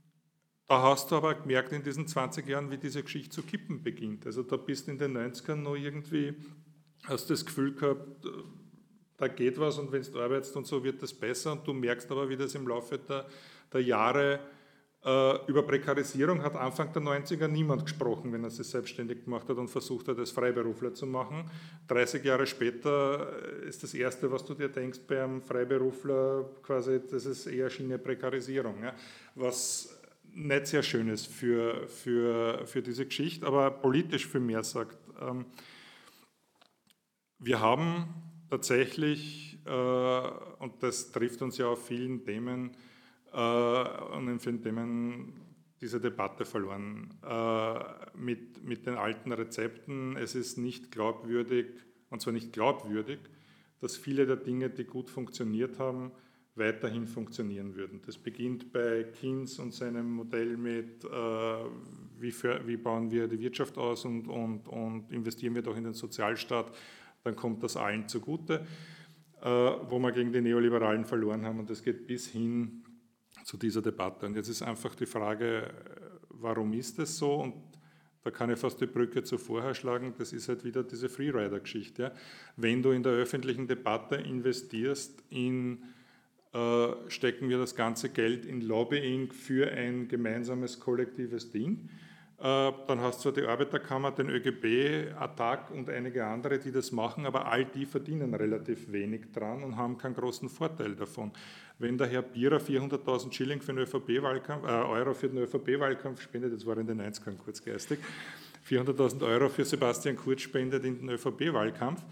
da hast du aber gemerkt in diesen zwanzig Jahren, wie diese Geschichte zu kippen beginnt. Also da bist du in den neunzigern noch irgendwie, hast das Gefühl gehabt, da geht was und wenn du arbeitest und so wird das besser und du merkst aber, wie das im Laufe der, der Jahre über Prekarisierung hat Anfang der neunziger niemand gesprochen, wenn er sich selbstständig gemacht hat und versucht hat, als Freiberufler zu machen. dreißig Jahre später ist das Erste, was du dir denkst bei einem Freiberufler, quasi, das ist eher Schiene Prekarisierung, ja, was nicht sehr schön ist für, für, für diese Geschichte, aber politisch viel mehr sagt. Wir haben tatsächlich, äh, und das trifft uns ja auf vielen Themen, äh, und in vielen Themen diese Debatte verloren. Äh, mit, mit den alten Rezepten, es ist nicht glaubwürdig, und zwar nicht glaubwürdig, dass viele der Dinge, die gut funktioniert haben, weiterhin funktionieren würden. Das beginnt bei Keynes und seinem Modell mit, äh, wie, für, wie bauen wir die Wirtschaft aus und, und, und investieren wir doch in den Sozialstaat, dann kommt das allen zugute, äh, wo wir gegen die Neoliberalen verloren haben, und das geht bis hin zu dieser Debatte. Und jetzt ist einfach die Frage, warum ist das so? Und da kann ich fast die Brücke zu vorher schlagen, das ist halt wieder diese Freerider-Geschichte. Ja? Wenn du in der öffentlichen Debatte investierst in, äh, stecken wir das ganze Geld in Lobbying für ein gemeinsames kollektives Ding, äh, dann hast du die Arbeiterkammer, den ÖGB, A T A G und einige andere, die das machen, aber all die verdienen relativ wenig dran und haben keinen großen Vorteil davon. Wenn der Herr Bierer vierhunderttausend Schilling für den ÖVP-Wahlkampf, äh, Euro für den ÖVP-Wahlkampf spendet, das war in den neunzigern kurzgeistig, vierhunderttausend Euro für Sebastian Kurz spendet in den ÖVP-Wahlkampf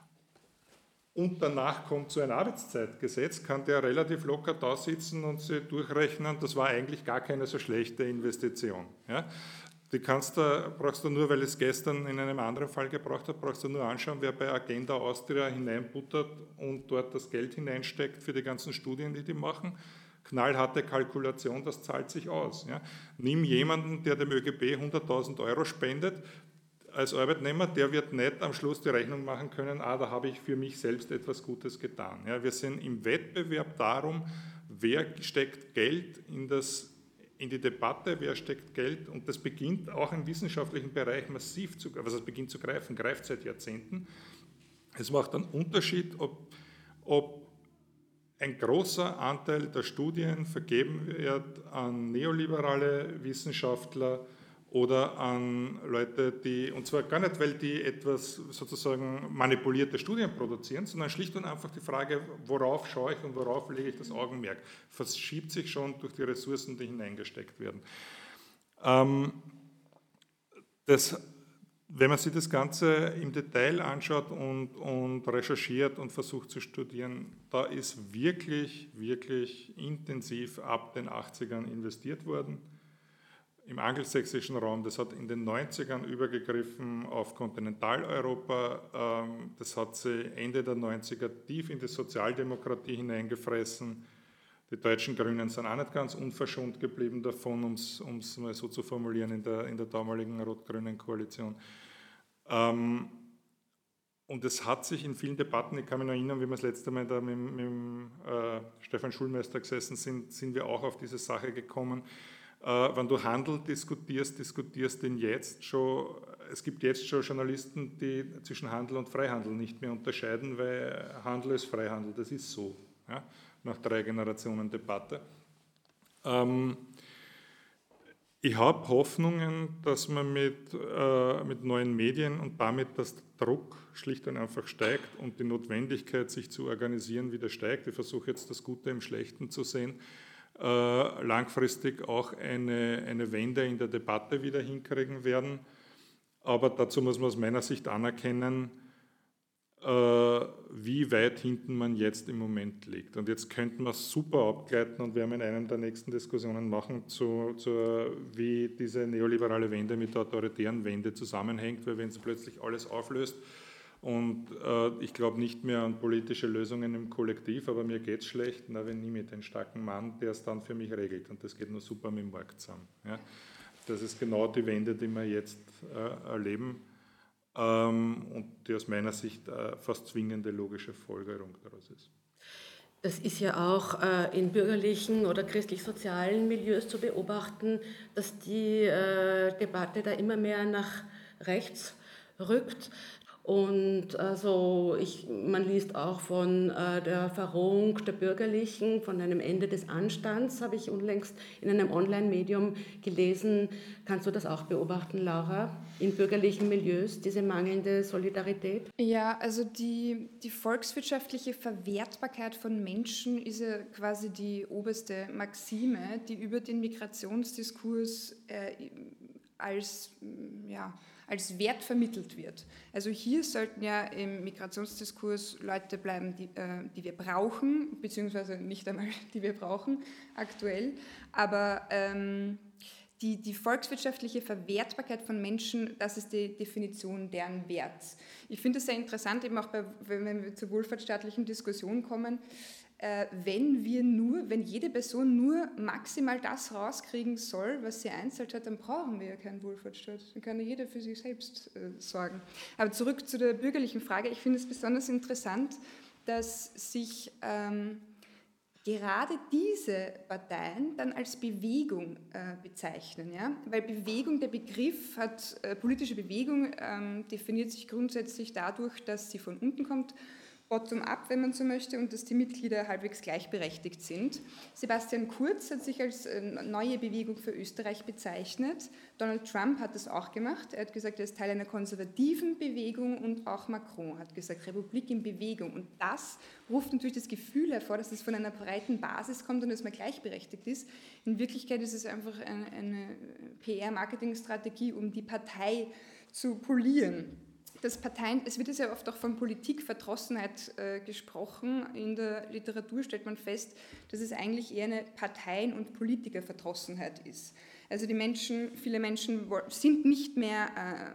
und danach kommt so ein Arbeitszeitgesetz, kann der relativ locker da sitzen und sich durchrechnen, das war eigentlich gar keine so schlechte Investition. Ja? Die kannst du, brauchst du nur, weil ich es gestern in einem anderen Fall gebraucht habe, brauchst du nur anschauen, wer bei Agenda Austria hineinbuttert und dort das Geld hineinsteckt für die ganzen Studien, die die machen. Knallharte Kalkulation, das zahlt sich aus. Ja. Nimm jemanden, der dem ÖGB hunderttausend Euro spendet, als Arbeitnehmer, der wird nicht am Schluss die Rechnung machen können, ah, da habe ich für mich selbst etwas Gutes getan. Ja, wir sind im Wettbewerb darum, wer steckt Geld in das in die Debatte, wer steckt Geld, und das beginnt auch im wissenschaftlichen Bereich massiv zu, also es beginnt zu greifen, greift seit Jahrzehnten. Es macht einen Unterschied, ob, ob ein großer Anteil der Studien vergeben wird an neoliberale Wissenschaftler oder an Leute, die, und zwar gar nicht, weil die etwas sozusagen manipulierte Studien produzieren, sondern schlicht und einfach die Frage, worauf schaue ich und worauf lege ich das Augenmerk, verschiebt sich schon durch die Ressourcen, die hineingesteckt werden. Ähm, das, wenn man sich das Ganze im Detail anschaut und, und recherchiert und versucht zu studieren, da ist wirklich, wirklich intensiv ab den achtzigern investiert worden. Im angelsächsischen Raum, das hat in den neunzigern übergegriffen auf Kontinentaleuropa, das hat sich Ende der neunziger tief in die Sozialdemokratie hineingefressen. Die deutschen Grünen sind auch nicht ganz unverschont geblieben davon, um es mal so zu formulieren, in der, in der damaligen rot-grünen Koalition. Und es hat sich in vielen Debatten, ich kann mich noch erinnern, wie wir das letzte Mal da mit, mit äh, Stefan Schulmeister gesessen sind, sind wir auch auf diese Sache gekommen. Wenn du Handel diskutierst, diskutierst den jetzt schon, es gibt jetzt schon Journalisten, die zwischen Handel und Freihandel nicht mehr unterscheiden, weil Handel ist Freihandel, das ist so, ja, nach drei Generationen Debatte. Ähm, ich habe Hoffnungen, dass man mit, äh, mit neuen Medien und damit, dass der Druck schlicht und einfach steigt und die Notwendigkeit, sich zu organisieren, wieder steigt. Ich versuche jetzt das Gute im Schlechten zu sehen. Äh, langfristig auch eine, eine Wende in der Debatte wieder hinkriegen werden. Aber dazu muss man aus meiner Sicht anerkennen, äh, wie weit hinten man jetzt im Moment liegt. Und jetzt könnten wir super abgleiten und werden in einem der nächsten Diskussionen machen, zu, zu, wie diese neoliberale Wende mit der autoritären Wende zusammenhängt, weil wenn es plötzlich alles auflöst, und äh, ich glaube nicht mehr an politische Lösungen im Kollektiv, aber mir geht es schlecht, na, wenn nehme ich den starken Mann, der es dann für mich regelt. Und das geht nur super mit dem Markt zusammen. Ja. Das ist genau die Wende, die wir jetzt äh, erleben ähm, und die aus meiner Sicht äh, fast zwingende logische Folgerung daraus ist. Das ist ja auch äh, in bürgerlichen oder christlich-sozialen Milieus zu beobachten, dass die äh, Debatte da immer mehr nach rechts rückt. Und also ich, man liest auch von äh, der Verrohung der Bürgerlichen, von einem Ende des Anstands, habe ich unlängst in einem Online-Medium gelesen. Kannst du das auch beobachten, Laura, in bürgerlichen Milieus, diese mangelnde Solidarität? Ja, also die, die volkswirtschaftliche Verwertbarkeit von Menschen ist ja quasi die oberste Maxime, die über den Migrationsdiskurs äh, als, ja, als Wert vermittelt wird. Also hier sollten ja im Migrationsdiskurs Leute bleiben, die, äh, die wir brauchen, beziehungsweise nicht einmal die wir brauchen aktuell, aber ähm, die, die volkswirtschaftliche Verwertbarkeit von Menschen, das ist die Definition deren Werts. Ich finde es sehr interessant, eben auch bei, wenn wir zur wohlfahrtsstaatlichen Diskussion kommen, Äh, wenn wir nur, wenn jede Person nur maximal das rauskriegen soll, was sie einzahlt hat, dann brauchen wir ja keinen Wohlfahrtsstaat. Dann kann ja jeder für sich selbst äh, sorgen. Aber zurück zu der bürgerlichen Frage. Ich finde es besonders interessant, dass sich ähm, gerade diese Parteien dann als Bewegung äh, bezeichnen. Ja? Weil Bewegung, der Begriff hat, äh, politische Bewegung ähm, definiert sich grundsätzlich dadurch, dass sie von unten kommt, bottom-up, wenn man so möchte, und dass die Mitglieder halbwegs gleichberechtigt sind. Sebastian Kurz hat sich als neue Bewegung für Österreich bezeichnet. Donald Trump hat das auch gemacht. Er hat gesagt, er ist Teil einer konservativen Bewegung, und auch Macron hat gesagt, Republik in Bewegung. Und das ruft natürlich das Gefühl hervor, dass es von einer breiten Basis kommt und dass man gleichberechtigt ist. In Wirklichkeit ist es einfach eine, eine P R-Marketing-Strategie, um die Partei zu polieren. Das Parteien, es wird ja oft auch von Politikverdrossenheit äh, gesprochen. In der Literatur stellt man fest, dass es eigentlich eher eine Parteien- und Politikerverdrossenheit ist. Also die Menschen, viele Menschen sind nicht mehr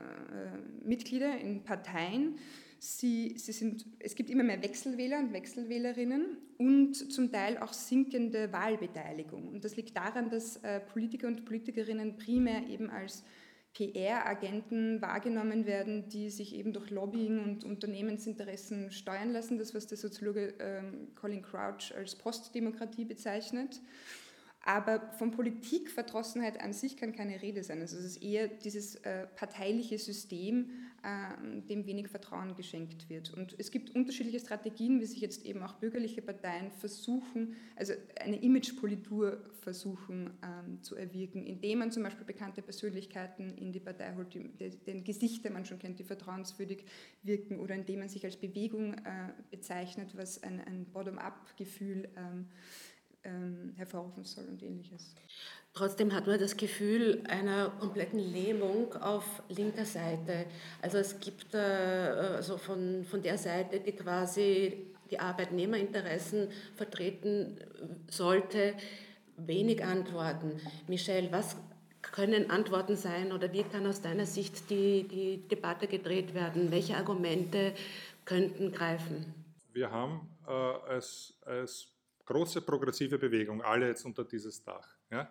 äh, Mitglieder in Parteien. Sie, sie sind, es gibt immer mehr Wechselwähler und Wechselwählerinnen und zum Teil auch sinkende Wahlbeteiligung. Und das liegt daran, dass äh, Politiker und Politikerinnen primär eben als P R-Agenten wahrgenommen werden, die sich eben durch Lobbying und Unternehmensinteressen steuern lassen, das, was der Soziologe ähm, Colin Crouch als Postdemokratie bezeichnet. Aber von Politikverdrossenheit an sich kann keine Rede sein. Also es ist eher dieses äh, parteiliche System, äh, dem wenig Vertrauen geschenkt wird. Und es gibt unterschiedliche Strategien, wie sich jetzt eben auch bürgerliche Parteien versuchen, also eine Imagepolitur versuchen ähm, zu erwirken, indem man zum Beispiel bekannte Persönlichkeiten in die Partei holt, die, die, deren Gesichter man schon kennt, die vertrauenswürdig wirken, oder indem man sich als Bewegung äh, bezeichnet, was ein, ein Bottom-up-Gefühl ähm, Ähm, hervorrufen soll und Ähnliches. Trotzdem hat man das Gefühl einer kompletten Lähmung auf linker Seite. Also es gibt äh, also von, von der Seite, die quasi die Arbeitnehmerinteressen vertreten sollte, wenig Antworten. Michelle, was können Antworten sein oder wie kann aus deiner Sicht die, die Debatte gedreht werden? Welche Argumente könnten greifen? Wir haben äh, als, als große progressive Bewegung, alle jetzt unter dieses Dach, ja,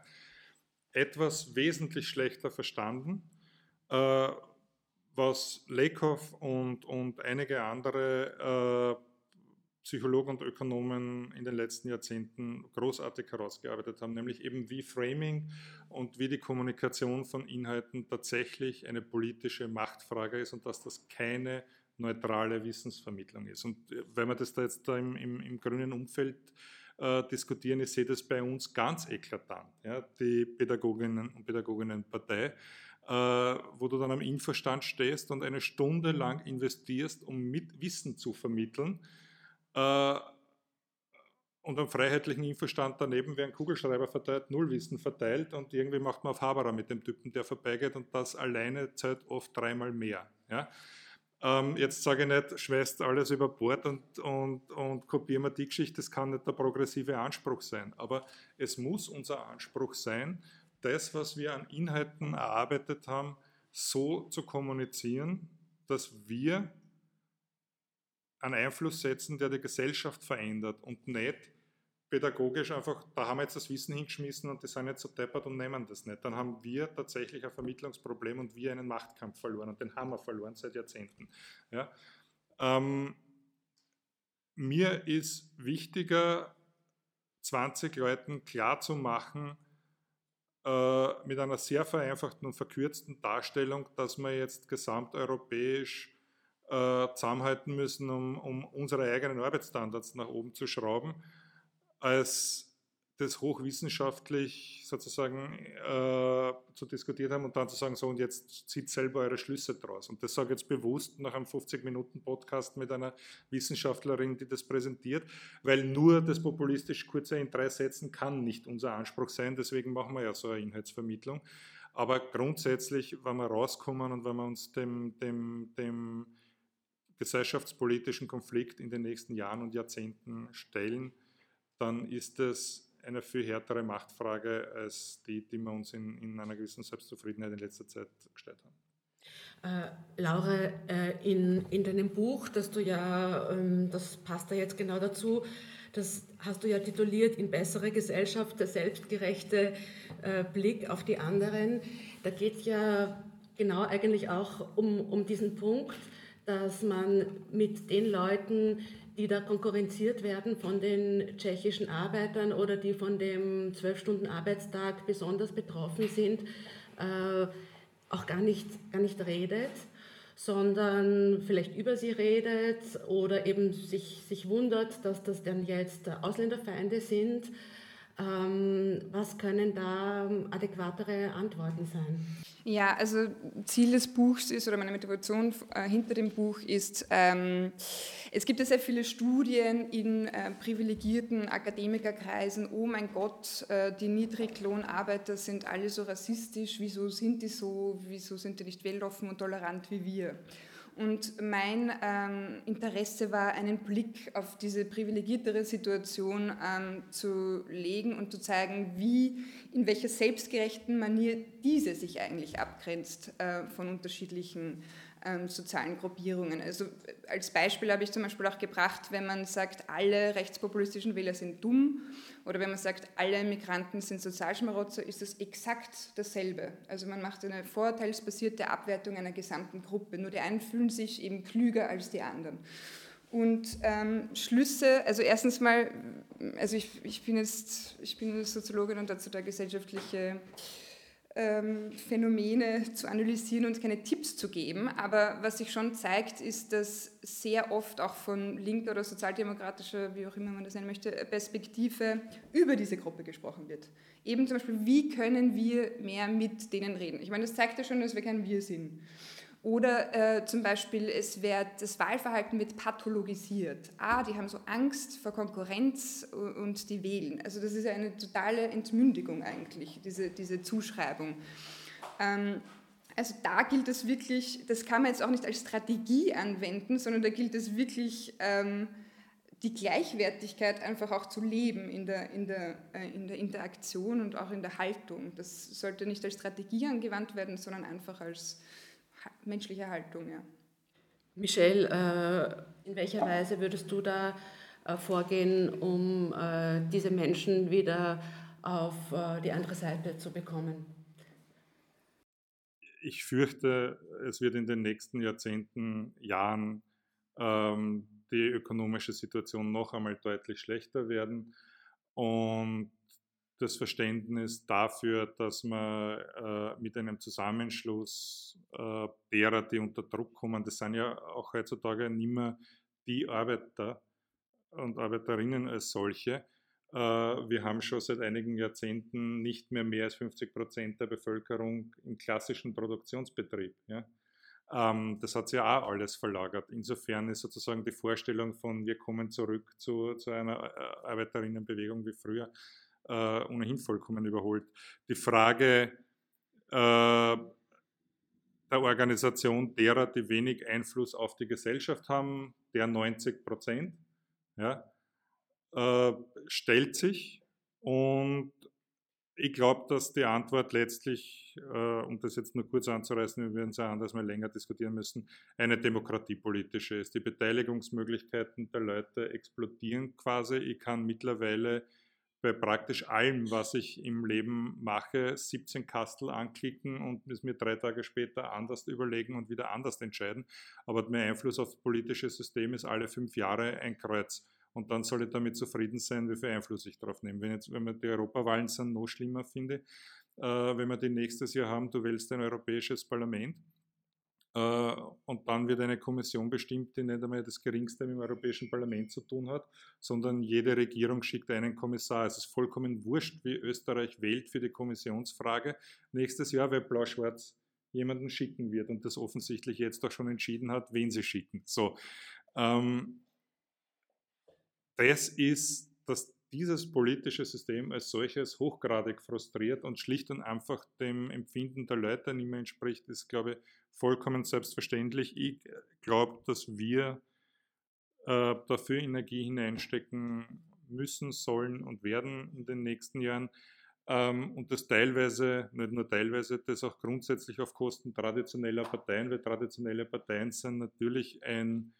etwas wesentlich schlechter verstanden, äh, was Lakoff und, und einige andere äh, Psychologen und Ökonomen in den letzten Jahrzehnten großartig herausgearbeitet haben, nämlich eben wie Framing und wie die Kommunikation von Inhalten tatsächlich eine politische Machtfrage ist und dass das keine neutrale Wissensvermittlung ist. Und wenn wir das da jetzt da im, im, im grünen Umfeld äh, diskutieren, ich sehe das bei uns ganz eklatant, ja, die Pädagoginnen und Pädagoginnenpartei, äh, wo du dann am Infostand stehst und eine Stunde lang investierst, um mit Wissen zu vermitteln, äh, und am freiheitlichen Infostand daneben werden Kugelschreiber verteilt, Nullwissen verteilt, und irgendwie macht man auf Haberer mit dem Typen, der vorbeigeht, und das alleine zahlt oft dreimal mehr. Ja? Ähm, jetzt sage ich nicht, schmeißt alles über Bord und, und, und kopieren wir die Geschichte, das kann nicht der progressive Anspruch sein. Aber es muss unser Anspruch sein, das, was wir an Inhalten erarbeitet haben, so zu kommunizieren, dass wir einen Einfluss setzen, der die Gesellschaft verändert und nicht pädagogisch einfach, da haben wir jetzt das Wissen hingeschmissen und die sind jetzt so deppert und nehmen das nicht. Dann haben wir tatsächlich ein Vermittlungsproblem und wir einen Machtkampf verloren und den haben wir verloren seit Jahrzehnten. Ja. Ähm, mir ist wichtiger, zwanzig Leuten klarzumachen, äh, mit einer sehr vereinfachten und verkürzten Darstellung, dass wir jetzt gesamteuropäisch äh, zusammenhalten müssen, um, um unsere eigenen Arbeitsstandards nach oben zu schrauben, als das hochwissenschaftlich sozusagen äh, zu diskutiert haben und dann zu sagen, so, und jetzt zieht selber eure Schlüsse draus. Und das sage ich jetzt bewusst nach einem fünfzig-Minuten-Podcast mit einer Wissenschaftlerin, die das präsentiert, weil nur das populistisch Kurze in drei Sätzen kann nicht unser Anspruch sein, deswegen machen wir ja so eine Inhaltsvermittlung. Aber grundsätzlich, wenn wir rauskommen und wenn wir uns dem, dem, dem gesellschaftspolitischen Konflikt in den nächsten Jahren und Jahrzehnten stellen, dann ist es eine viel härtere Machtfrage als die, die wir uns in, in einer gewissen Selbstzufriedenheit in letzter Zeit gestellt haben. Äh, Laura, äh, in, in deinem Buch, das du ja, ähm, das passt da jetzt genau dazu, das hast du ja tituliert in bessere Gesellschaft, der selbstgerechte äh, Blick auf die anderen. Da geht es ja genau eigentlich auch um, um diesen Punkt, dass man mit den Leuten, die da konkurrenziert werden von den tschechischen Arbeitern oder die von dem zwölf-Stunden-Arbeitstag besonders betroffen sind, äh, auch gar nicht, gar nicht redet, sondern vielleicht über sie redet oder eben sich, sich wundert, dass das dann jetzt Ausländerfeinde sind. Ähm, was können da adäquatere Antworten sein? Ja, also Ziel des Buchs ist, oder meine Motivation äh, hinter dem Buch ist, ähm, es gibt ja sehr viele Studien in äh, privilegierten Akademikerkreisen, oh mein Gott, äh, die Niedriglohnarbeiter sind alle so rassistisch, wieso sind die so, wieso sind die nicht weltoffen und tolerant wie wir? Und mein ähm, Interesse war, einen Blick auf diese privilegiertere Situation ähm, zu legen und zu zeigen, wie, in welcher selbstgerechten Manier diese sich eigentlich abgrenzt äh, von unterschiedlichen ähm, sozialen Gruppierungen. Also als Beispiel habe ich zum Beispiel auch gebracht, wenn man sagt, alle rechtspopulistischen Wähler sind dumm oder wenn man sagt, alle Migranten sind Sozialschmarotzer, ist das exakt dasselbe. Also man macht eine vorurteilsbasierte Abwertung einer gesamten Gruppe. Nur die einen fühlen sich eben klüger als die anderen. Und ähm, Schlüsse, also erstens mal, also ich, ich bin jetzt, ich bin Soziologin und dazu da gesellschaftliche ähm, Phänomene zu analysieren und keine Tipps zu geben, aber was sich schon zeigt, ist, dass sehr oft auch von linker oder sozialdemokratischer, wie auch immer man das nennen möchte, Perspektive über diese Gruppe gesprochen wird. Eben zum Beispiel, wie können wir mehr mit denen reden? Ich meine, das zeigt ja schon, dass wir kein Wir sind. Oder äh, zum Beispiel, es wird, das Wahlverhalten wird pathologisiert. Ah, die haben so Angst vor Konkurrenz und die wählen. Also das ist ja eine totale Entmündigung eigentlich, diese, diese Zuschreibung. Ähm, also da gilt es wirklich, das kann man jetzt auch nicht als Strategie anwenden, sondern da gilt es wirklich, ähm, die Gleichwertigkeit einfach auch zu leben in der, in, der, äh, in der Interaktion und auch in der Haltung. Das sollte nicht als Strategie angewandt werden, sondern einfach als menschliche Haltung, ja. Michelle, äh, in welcher Weise würdest du da äh, vorgehen, um äh, diese Menschen wieder auf äh, die andere Seite zu bekommen? Ich fürchte, es wird in den nächsten Jahrzehnten, Jahren ähm, die ökonomische Situation noch einmal deutlich schlechter werden und das Verständnis dafür, dass man äh, mit einem Zusammenschluss äh, derer, die unter Druck kommen, das sind ja auch heutzutage nicht mehr die Arbeiter und Arbeiterinnen als solche. Äh, wir haben schon seit einigen Jahrzehnten nicht mehr mehr als fünfzig Prozent der Bevölkerung im klassischen Produktionsbetrieb. Ja? Ähm, das hat sich ja auch alles verlagert. Insofern ist sozusagen die Vorstellung von, wir kommen zurück zu, zu einer Arbeiterinnenbewegung wie früher, Uh, ohnehin vollkommen überholt. Die Frage uh, der Organisation derer, die wenig Einfluss auf die Gesellschaft haben, der neunzig Prozent, ja, uh, stellt sich und ich glaube, dass die Antwort letztlich, uh, um das jetzt nur kurz anzureißen, wir werden es auch anders mal länger diskutieren müssen, eine demokratiepolitische ist. Die Beteiligungsmöglichkeiten der Leute explodieren quasi. Ich kann mittlerweile bei praktisch allem, was ich im Leben mache, siebzehn Kastel anklicken und es mir drei Tage später anders überlegen und wieder anders entscheiden. Aber mein Einfluss auf das politische System ist alle fünf Jahre ein Kreuz. Und dann soll ich damit zufrieden sein, wie viel Einfluss ich darauf nehme. Wenn, jetzt, wenn man die Europawahlen sind, noch schlimmer finde, äh, wenn wir die nächstes Jahr haben, du wählst ein europäisches Parlament, und dann wird eine Kommission bestimmt, die nicht einmal das Geringste mit dem Europäischen Parlament zu tun hat, sondern jede Regierung schickt einen Kommissar. Es ist vollkommen wurscht, wie Österreich wählt für die Kommissionsfrage nächstes Jahr, weil Blau-Schwarz jemanden schicken wird und das offensichtlich jetzt auch schon entschieden hat, wen sie schicken. So, ähm, das ist das dieses politische System als solches hochgradig frustriert und schlicht und einfach dem Empfinden der Leute nicht mehr entspricht, ist, glaube ich, vollkommen selbstverständlich. Ich glaube, dass wir äh, dafür Energie hineinstecken müssen, sollen und werden in den nächsten Jahren. Ähm, und das teilweise, nicht nur teilweise, das auch grundsätzlich auf Kosten traditioneller Parteien, weil traditionelle Parteien sind natürlich ein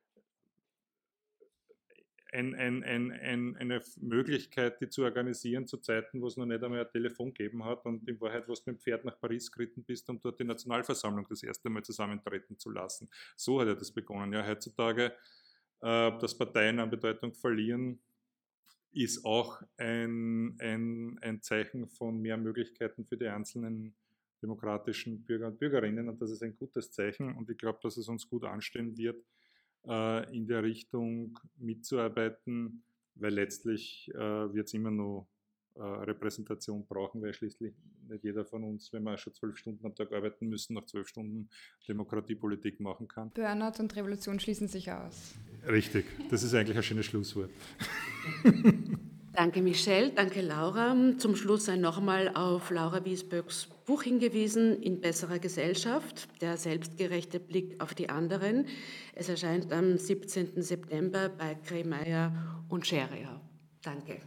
Ein, ein, ein, ein, eine Möglichkeit, die zu organisieren zu Zeiten, wo es noch nicht einmal ein Telefon gegeben hat und in Wahrheit, wo du mit dem Pferd nach Paris geritten bist, um dort die Nationalversammlung das erste Mal zusammentreten zu lassen. So hat ja das begonnen. Ja, heutzutage, äh, dass Parteien an Bedeutung verlieren, ist auch ein, ein, ein Zeichen von mehr Möglichkeiten für die einzelnen demokratischen Bürger und Bürgerinnen, und das ist ein gutes Zeichen, und ich glaube, dass es uns gut anstehen wird, in der Richtung mitzuarbeiten, weil letztlich äh, wird es immer noch äh, Repräsentation brauchen, weil schließlich nicht jeder von uns, wenn wir schon zwölf Stunden am Tag arbeiten müssen, nach zwölf Stunden Demokratiepolitik machen kann. Burnout und Revolution schließen sich aus. Richtig, das ist eigentlich ein schönes Schlusswort. Danke Michelle, danke Laura. Zum Schluss sei noch einmal auf Laura Wiesböcks Buch hingewiesen, In besserer Gesellschaft, der selbstgerechte Blick auf die anderen. Es erscheint am siebzehnten September bei Kremeyer und Scherer. Danke.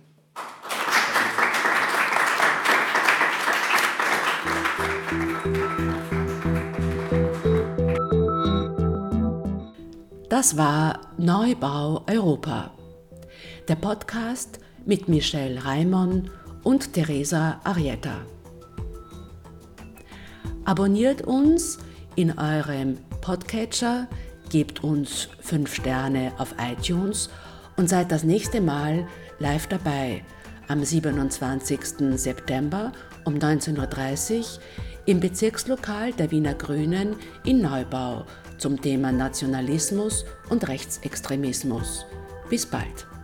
Das war Neubau Europa, der Podcast mit Michelle Reimann und Teresa Arrieta. Abonniert uns in eurem Podcatcher, gebt uns fünf Sterne auf iTunes und seid das nächste Mal live dabei am siebenundzwanzigsten September um neunzehn Uhr dreißig im Bezirkslokal der Wiener Grünen in Neubau zum Thema Nationalismus und Rechtsextremismus. Bis bald.